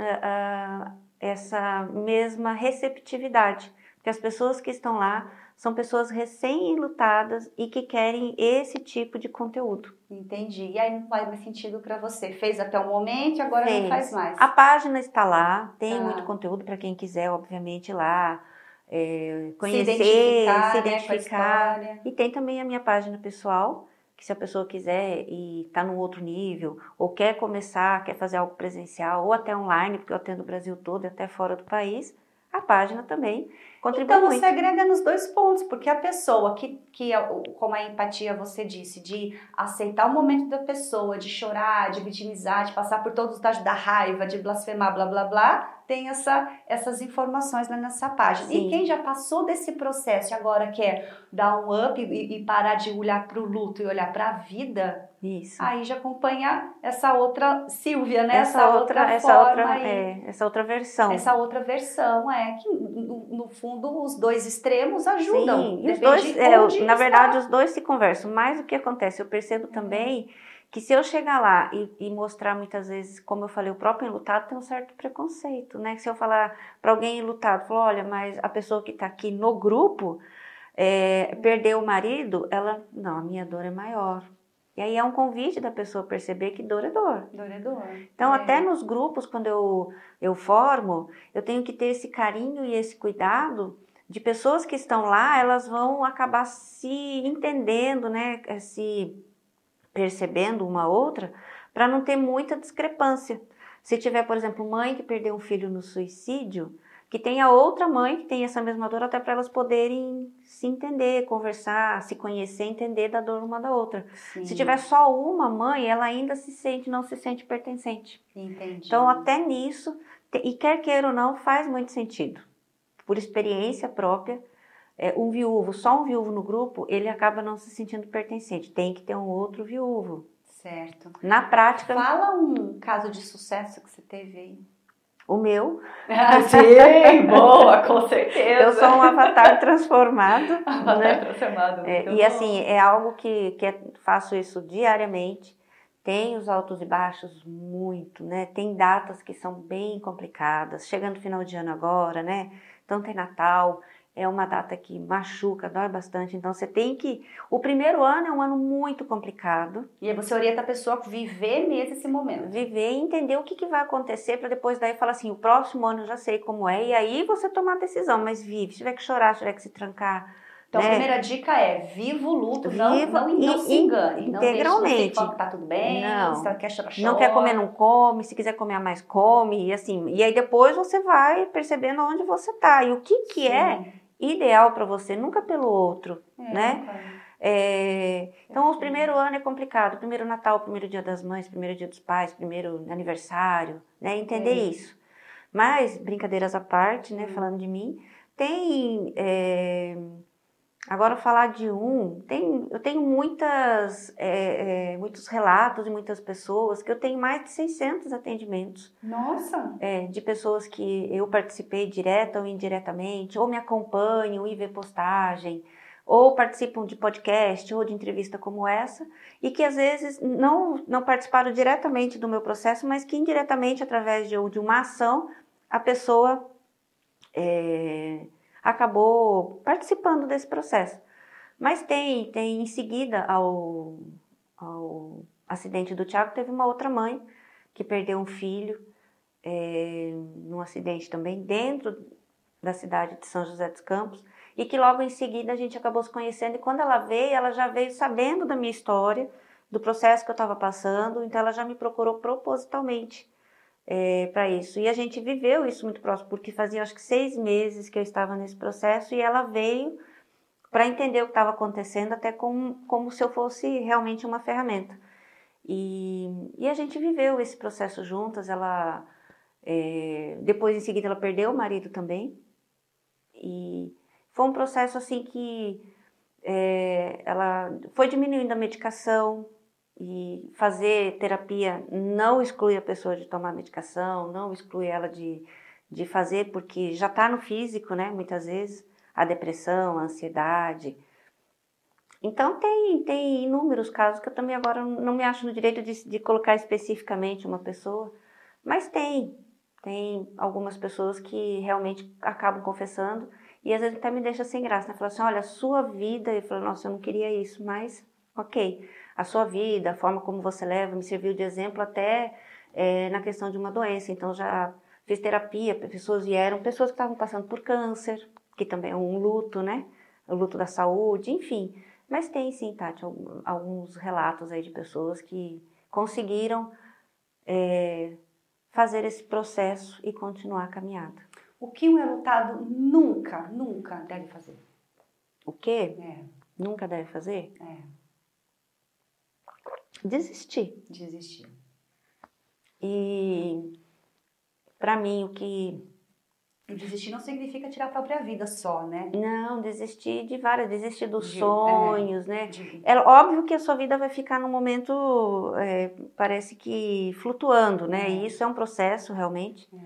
uh, essa mesma receptividade, porque as pessoas que estão lá são pessoas recém-enlutadas e que querem esse tipo de conteúdo. Entendi. E aí não faz mais sentido para você. Fez até o momento e agora Fez. Não faz mais. A página está lá, tem Tá. muito conteúdo para quem quiser, obviamente, ir lá. É, conhecer, se identificar, se né, identificar. Com a e tem também a minha página pessoal, que se a pessoa quiser e está num outro nível, ou quer começar, quer fazer algo presencial, ou até online, porque eu atendo o Brasil todo e até fora do país, a página também contribui então muito. você agrega nos dois pontos, porque a pessoa que, que, como a empatia você disse, de aceitar o momento da pessoa, de chorar, de vitimizar, de passar por todos os da, da raiva, de blasfemar, blá, blá, blá, tem essa, essas informações lá nessa página. Sim. E quem já passou desse processo e agora quer dar um up e, e parar de olhar para o luto e olhar para a vida... Isso. Aí já acompanha essa outra Silvia, né? Essa, essa outra, outra essa forma outra, aí, é, essa outra versão. Essa outra versão, é que no, no fundo os dois extremos ajudam. Sim, e os dois, é, na verdade os dois se conversam. Mas o que acontece, eu percebo também que se eu chegar lá e, e mostrar muitas vezes, como eu falei, o próprio enlutado tem um certo preconceito, né? Se eu falar para alguém enlutado, falar, olha, mas a pessoa que está aqui no grupo é, perdeu o marido, ela, não, a minha dor é maior. E aí é um convite da pessoa perceber que dor é dor. Dor é dor. Então, é. até nos grupos, quando eu, eu formo, eu tenho que ter esse carinho e esse cuidado de pessoas que estão lá, elas vão acabar se entendendo, né, se percebendo uma outra, para não ter muita discrepância. Se tiver, por exemplo, mãe que perdeu um filho no suicídio, que tenha outra mãe que tenha essa mesma dor, até para elas poderem se entender, conversar, se conhecer, entender da dor uma da outra. Sim. Se tiver só uma mãe, ela ainda se sente, não se sente pertencente. Entendi. Então, até nisso, e quer queira ou não, faz muito sentido. Por experiência própria, é, um viúvo, só um viúvo no grupo, ele acaba não se sentindo pertencente. Tem que ter um outro viúvo. Certo. Na prática... Fala um caso de sucesso que você teve aí. O meu. Ah, sim, boa, com certeza. Eu sou um avatar transformado. Avatar né? transformado. É, e bom. assim, é algo que, que é, faço isso diariamente. Tem os altos e baixos muito, né? Tem datas que são bem complicadas. Chegando o final de ano agora, né? Então tem Natal. É uma data que machuca, dói bastante. Então você tem que... O primeiro ano é um ano muito complicado. E aí você orienta a pessoa a viver mesmo esse momento. Viver e entender o que, que vai acontecer para depois daí falar assim, o próximo ano eu já sei como é. E aí você tomar a decisão, mas vive. Se tiver que chorar, se tiver que se trancar. Então né? a primeira dica é, viva o luto, viva não, não, e, não se engane. Integralmente. Não deixe, tá tudo bem, não, se ela quer chorar, chora. Não quer comer, não come. Se quiser comer a mais, come. E assim, e aí depois você vai percebendo onde você tá. E o que que Sim. é... ideal para você, nunca pelo outro, é, né? É, então, o primeiro ano é complicado. Primeiro Natal, primeiro dia das mães, primeiro dia dos pais, primeiro aniversário, né? Entender é. isso. Mas, brincadeiras à parte, né? Hum. Falando de mim, tem... É, agora, falar de um... Tem, eu tenho muitas, é, é, muitos relatos de muitas pessoas, que eu tenho mais de seiscentos atendimentos. Nossa! É, de pessoas que eu participei direta ou indiretamente, ou me acompanham e vê postagem, ou participam de podcast ou de entrevista como essa, e que às vezes não, não participaram diretamente do meu processo, mas que indiretamente, através de, de uma ação, a pessoa é, acabou participando desse processo. Mas tem, tem em seguida ao, ao acidente do Thiago, teve uma outra mãe que perdeu um filho, É, num acidente também dentro da cidade de São José dos Campos, e que logo em seguida a gente acabou se conhecendo, e quando ela veio, ela já veio sabendo da minha história, do processo que eu estava passando, então ela já me procurou propositalmente é, para isso, e a gente viveu isso muito próximo, porque fazia acho que seis meses que eu estava nesse processo, e ela veio para entender o que estava acontecendo, até como, como se eu fosse realmente uma ferramenta, e, e a gente viveu esse processo juntas. Ela É, depois, em seguida, ela perdeu o marido também. E foi um processo assim que é, ela foi diminuindo a medicação, e fazer terapia não exclui a pessoa de tomar medicação, não exclui ela de, de fazer, porque já está no físico, né? Muitas vezes, a depressão, a ansiedade. Então, tem, tem inúmeros casos que eu também agora não me acho no direito de, de colocar especificamente uma pessoa, mas tem. Tem algumas pessoas que realmente acabam confessando e às vezes até me deixa sem graça, né? Fala assim, olha, a sua vida, eu falo, nossa, eu não queria isso, mas ok, a sua vida, a forma como você leva, me serviu de exemplo até é, na questão de uma doença. Então já fiz terapia, pessoas vieram, pessoas que estavam passando por câncer, que também é um luto, né? O luto da saúde, enfim. Mas tem sim, Tati, alguns relatos aí de pessoas que conseguiram é, fazer esse processo e continuar a caminhada. O que um enlutado nunca, nunca deve fazer? O quê? É. Nunca deve fazer? É. Desistir. Desistir. E para mim o que... Desistir não significa tirar a própria vida só, né? Não, desistir de várias, desistir dos De, sonhos, é, né? de... É óbvio que a sua vida vai ficar num momento, é, parece que flutuando, né? É. E isso é um processo realmente. É.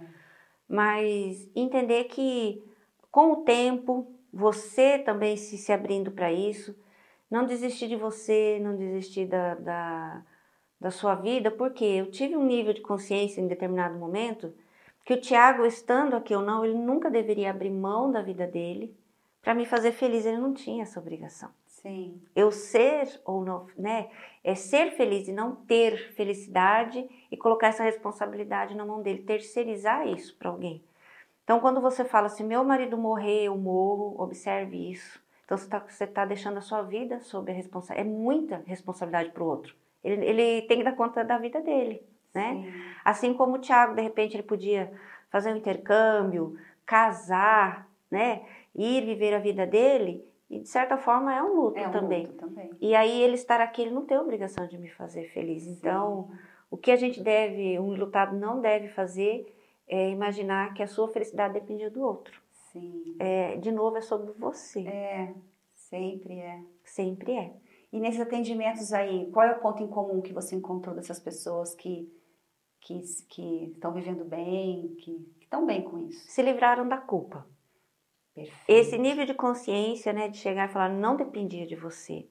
Mas entender que com o tempo, você também se, se abrindo para isso, não desistir de você, não desistir da, da, da sua vida, porque eu tive um nível de consciência em determinado momento que o Tiago, estando aqui ou não, ele nunca deveria abrir mão da vida dele para me fazer feliz. Ele não tinha essa obrigação. Sim. Eu ser ou não, né? É ser feliz e não ter felicidade e colocar essa responsabilidade na mão dele, terceirizar isso para alguém. Então, quando você fala assim, meu marido morrer, eu morro, observe isso. Então, você está você tá deixando a sua vida sob a responsabilidade. É muita responsabilidade para o outro. Ele, ele tem que dar conta da vida dele. Né? Assim como o Tiago, de repente, ele podia fazer um intercâmbio, casar, né? Ir viver a vida dele, e de certa forma é um luto, é um também. luto também. E aí ele estar aqui, ele não tem obrigação de me fazer feliz. Sim. Então, o que a gente deve, um enlutado não deve fazer é imaginar que a sua felicidade depende do outro. Sim. É, de novo, é sobre você. É, sempre é. Sempre é. E nesses atendimentos aí, qual é o ponto em comum que você encontrou dessas pessoas que que, que estão vivendo bem, que, que estão bem com isso? Se livraram da culpa. Perfeito. Esse nível de consciência, né, de chegar e falar, não dependia de você.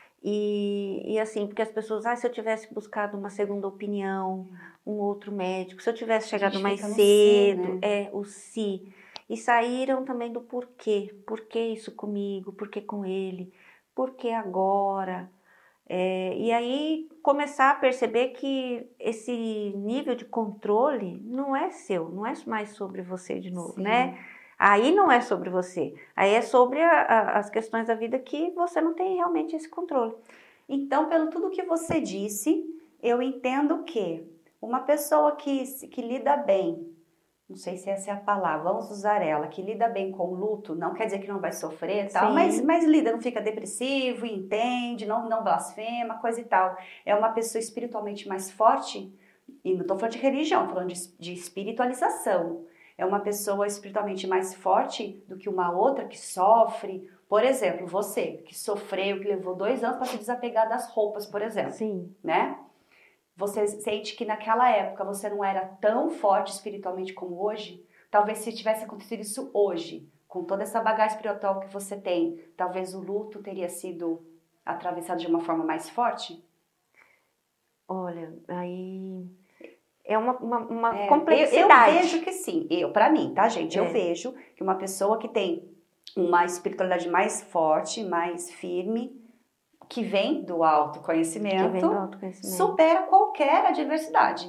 E, e assim, porque as pessoas, ah, se eu tivesse buscado uma segunda opinião, um outro médico, se eu tivesse chegado mais cedo, si, né? é, o si. E saíram também do porquê. Por que isso comigo? Por que com ele? Por que agora? É, e aí começar a perceber que esse nível de controle não é seu, não é mais sobre você de novo, Sim. né? Aí não é sobre você, aí é sobre a, a, as questões da vida que você não tem realmente esse controle. Então, pelo tudo que você disse, eu entendo que uma pessoa que, que lida bem, não sei se essa é a palavra, vamos usar ela, que lida bem com o luto, não quer dizer que não vai sofrer e tal, mas, mas lida, não fica depressivo, entende, não, não blasfema, coisa e tal. É uma pessoa espiritualmente mais forte, e não estou falando de religião, estou falando de, de espiritualização. É uma pessoa espiritualmente mais forte do que uma outra que sofre. Por exemplo, você que sofreu, que levou dois anos para se desapegar das roupas, por exemplo. Sim. Né? Você sente que naquela época você não era tão forte espiritualmente como hoje? Talvez se tivesse acontecido isso hoje, com toda essa bagagem espiritual que você tem, talvez o luto teria sido atravessado de uma forma mais forte? Olha, aí é uma, uma, uma é, complexidade. Eu, eu vejo que sim, eu, pra mim, tá, gente? É. Eu vejo que uma pessoa que tem uma espiritualidade mais forte, mais firme, que vem do autoconhecimento, que vem do autoconhecimento. supera qualquer adversidade.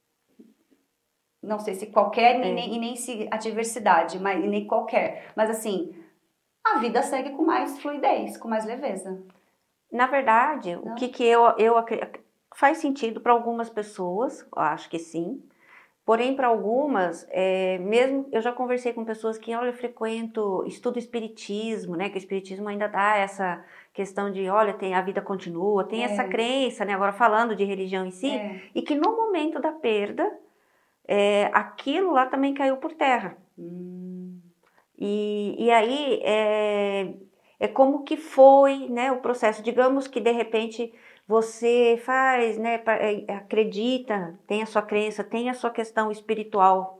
Não sei se qualquer é. e, nem, e nem se adversidade, mas, e nem qualquer. Mas assim, a vida segue com mais fluidez, com mais leveza. Na verdade, Não. o que, que eu, eu faz sentido para algumas pessoas, acho que sim. Porém, para algumas, é, mesmo eu já conversei com pessoas que, olha, eu frequento, estudo espiritismo, né? Que o espiritismo ainda dá essa questão de, olha, tem, a vida continua, tem é. essa crença, né? Agora falando de religião em si, é. e que no momento da perda, é, aquilo lá também caiu por terra. Hum. E, e aí, é, é como que foi, né, o processo. Digamos que, de repente, você faz, né, acredita, tem a sua crença, tem a sua questão espiritual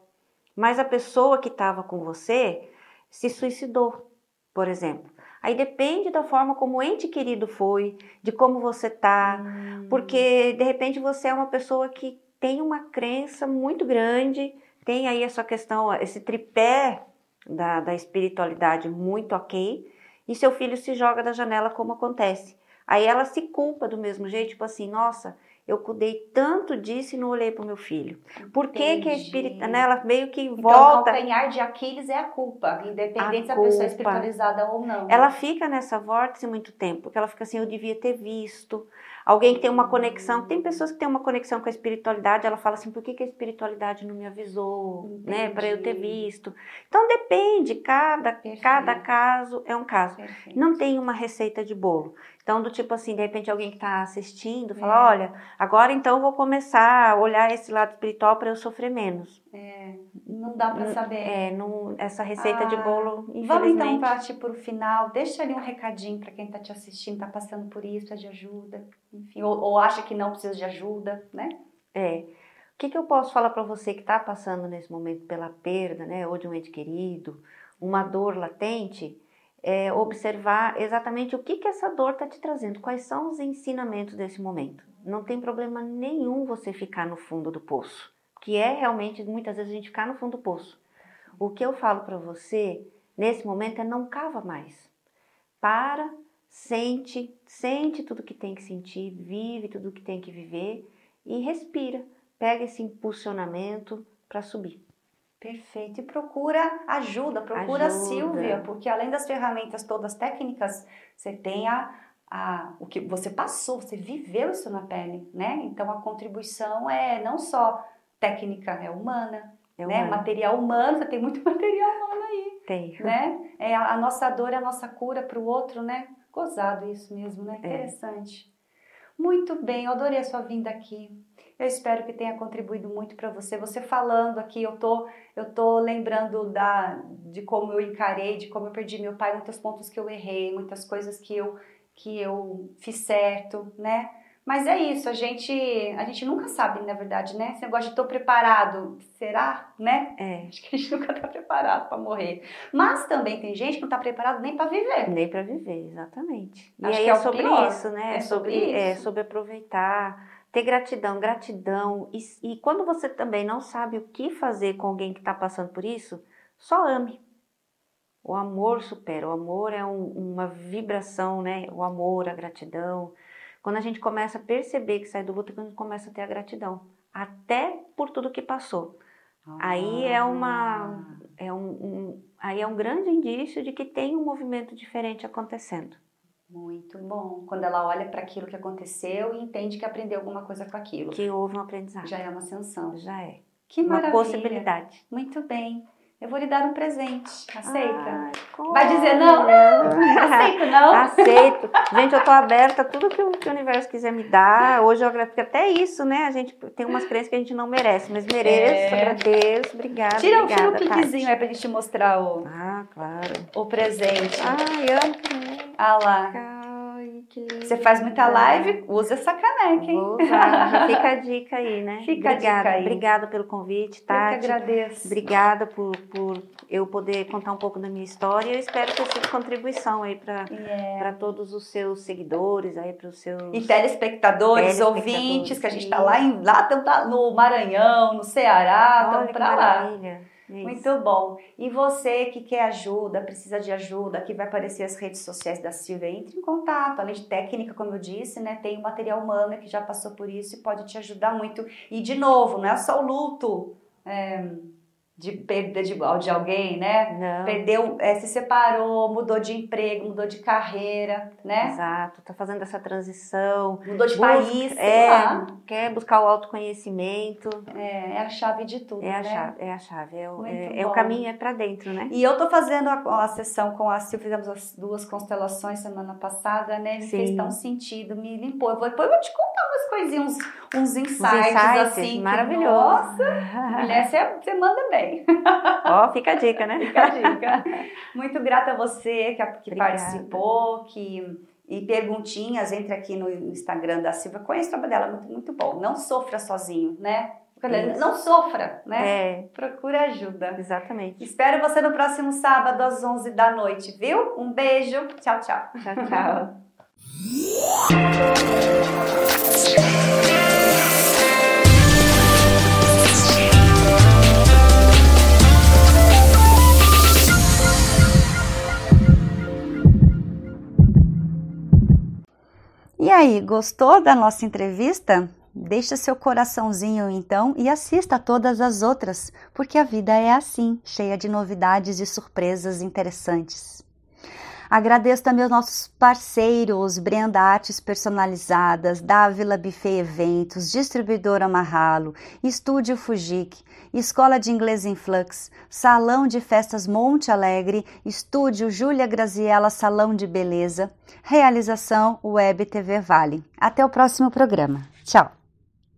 mas a pessoa que estava com você se suicidou, por exemplo. Aí depende da forma como o ente querido foi, de como você tá, hum. porque de repente você é uma pessoa que tem uma crença muito grande, tem aí essa questão, esse tripé da, da espiritualidade muito ok, e seu filho se joga da janela como acontece. Aí ela se culpa do mesmo jeito, tipo assim, nossa, eu cuidei tanto disso e não olhei para o meu filho. Por que que a espiritualidade, né, ela meio que volta... Então, o calcanhar de Aquiles é a culpa, independente se a pessoa é espiritualizada ou não. Ela fica nessa vórtice muito tempo, porque ela fica assim, eu devia ter visto. Alguém que tem uma conexão, tem pessoas que têm uma conexão com a espiritualidade, ela fala assim, por que que a espiritualidade não me avisou, Entendi. né, para eu ter visto? Então depende, cada, cada caso é um caso. Perfeito. Não tem uma receita de bolo. Então, do tipo assim, de repente alguém que está assistindo fala, é. olha, agora então eu vou começar a olhar esse lado espiritual para eu sofrer menos. É, não dá para saber. É, não, essa receita ah, de bolo, infelizmente... Vamos então partir para o final, deixa ali um recadinho para quem está te assistindo, está passando por isso, precisa de ajuda, enfim, ou, ou acha que não precisa de ajuda, né? É, o que, que eu posso falar para você que está passando nesse momento pela perda, né, ou de um ente querido, uma dor latente... É observar exatamente o que, que essa dor está te trazendo, quais são os ensinamentos desse momento. Não tem problema nenhum você ficar no fundo do poço, que é realmente, muitas vezes, a gente ficar no fundo do poço. O que eu falo para você, nesse momento, é não cava mais. Para, sente, sente tudo que tem que sentir, vive tudo que tem que viver e respira. Pega esse impulsionamento para subir. Perfeito. E procura ajuda, procura ajuda. a Sílvia, porque além das ferramentas todas técnicas, você tem a, a, o que você passou, você viveu isso na pele, né? Então a contribuição é não só técnica, é humana, é né? Humana. Material humano, você tem muito material humano aí. Tem. Né? É, a, a nossa dor é a nossa cura para o outro, né? Gozado isso mesmo, né? Interessante. É. Muito bem, eu adorei a sua vinda aqui. Eu espero que tenha contribuído muito para você. Você falando aqui, eu tô, eu tô lembrando da, de como eu encarei, de como eu perdi meu pai, muitos pontos que eu errei, muitas coisas que eu, que eu fiz certo, né? Mas é isso, a gente, a gente nunca sabe, na verdade, né? Esse negócio de tô preparado, será, né? É. Acho que a gente nunca tá preparado para morrer. Mas também tem gente que não tá preparado nem para viver. Nem para viver, exatamente. E Acho aí que é, é sobre pior. isso, né? É sobre, sobre isso. É isso. sobre aproveitar. Ter gratidão, gratidão. E, e quando você também não sabe o que fazer com alguém que está passando por isso, só ame. O amor supera. O amor é um, uma vibração, né? O amor, a gratidão. Quando a gente começa a perceber que sai do luto, quando a gente começa a ter a gratidão. Até por tudo que passou. Ah. Aí é uma... É um, um, aí é um grande indício de que tem um movimento diferente acontecendo. Muito bom. Quando ela olha para aquilo que aconteceu e entende que aprendeu alguma coisa com aquilo. Que houve um aprendizado. Já é uma ascensão. Já é. Que uma maravilha. possibilidade. Muito bem. Eu vou lhe dar um presente. Aceita? Ai, vai dizer não? Aceito, não? Aceito. Gente, eu tô aberta a tudo que o, que o universo quiser me dar. Hoje eu agradeço. Até isso, né? A gente tem umas crenças que a gente não merece, mas mereço, é. agradeço. Obrigada. Tira, obrigada, tira um cliquezinho aí pra gente mostrar o, ah, claro. o presente. Ai, amo também. Ah lá. Ai, que lindo. Você faz muita live, usa essa caneca, hein? Vou usar. Já fica a dica aí, né? Fica obrigada, a dica aí. Obrigada pelo convite, Tati. Eu que agradeço. Obrigada por, por eu poder contar um pouco da minha história. Eu espero ter sido contribuição aí para yeah. todos os seus seguidores, aí para os seus... E telespectadores, telespectadores, ouvintes, que a gente está lá, em, lá no Maranhão, no Ceará, estamos para lá. Isso. Muito bom. E você que quer ajuda, precisa de ajuda, aqui vai aparecer as redes sociais da Sílvia, entre em contato. Além de técnica, como eu disse, né, tem o material humano que já passou por isso e pode te ajudar muito. E de novo, não é só o luto é, de perda de, de alguém, né? Não. Perdeu, é, se separou, mudou de emprego, mudou de carreira, né? Exato, tá fazendo essa transição. Mudou de busca, país, é, lá. Quer buscar o autoconhecimento. É, é a chave de tudo, é a né? Chave, é a chave, é o, é, é o caminho, é pra dentro, né? E eu tô fazendo a, a sessão com a Sil, fizemos as duas constelações semana passada, né? Me Sim. fez tão sentido, me limpou. Eu vou, depois eu vou te contar umas coisinhas, uns, uns insights, uns insights assim. Maravilhoso. Que, nossa, mulher, você, você manda bem. Ó, oh, fica a dica, né? Fica a dica. Muito grata a você que, que participou, que... E perguntinhas, entre aqui no Instagram da Sílvia, conhece o trabalho dela, muito, muito bom. Não sofra sozinho, né? Não sofra, né? É. Procure ajuda. Exatamente. Espero você no próximo sábado às onze da noite, viu? Um beijo. Tchau, tchau. Tchau, tchau. E aí, gostou da nossa entrevista? Deixa seu coraçãozinho então e assista a todas as outras, porque a vida é assim, cheia de novidades e surpresas interessantes. Agradeço também aos nossos parceiros, Brenda Artes Personalizadas, Dávila Buffet Eventos, Distribuidora Marralo, Estúdio Fujic, Escola de Inglês Influx, Salão de Festas Monte Alegre, Estúdio Júlia Graziella Salão de Beleza, Realização Web T V Vale. Até o próximo programa. Tchau!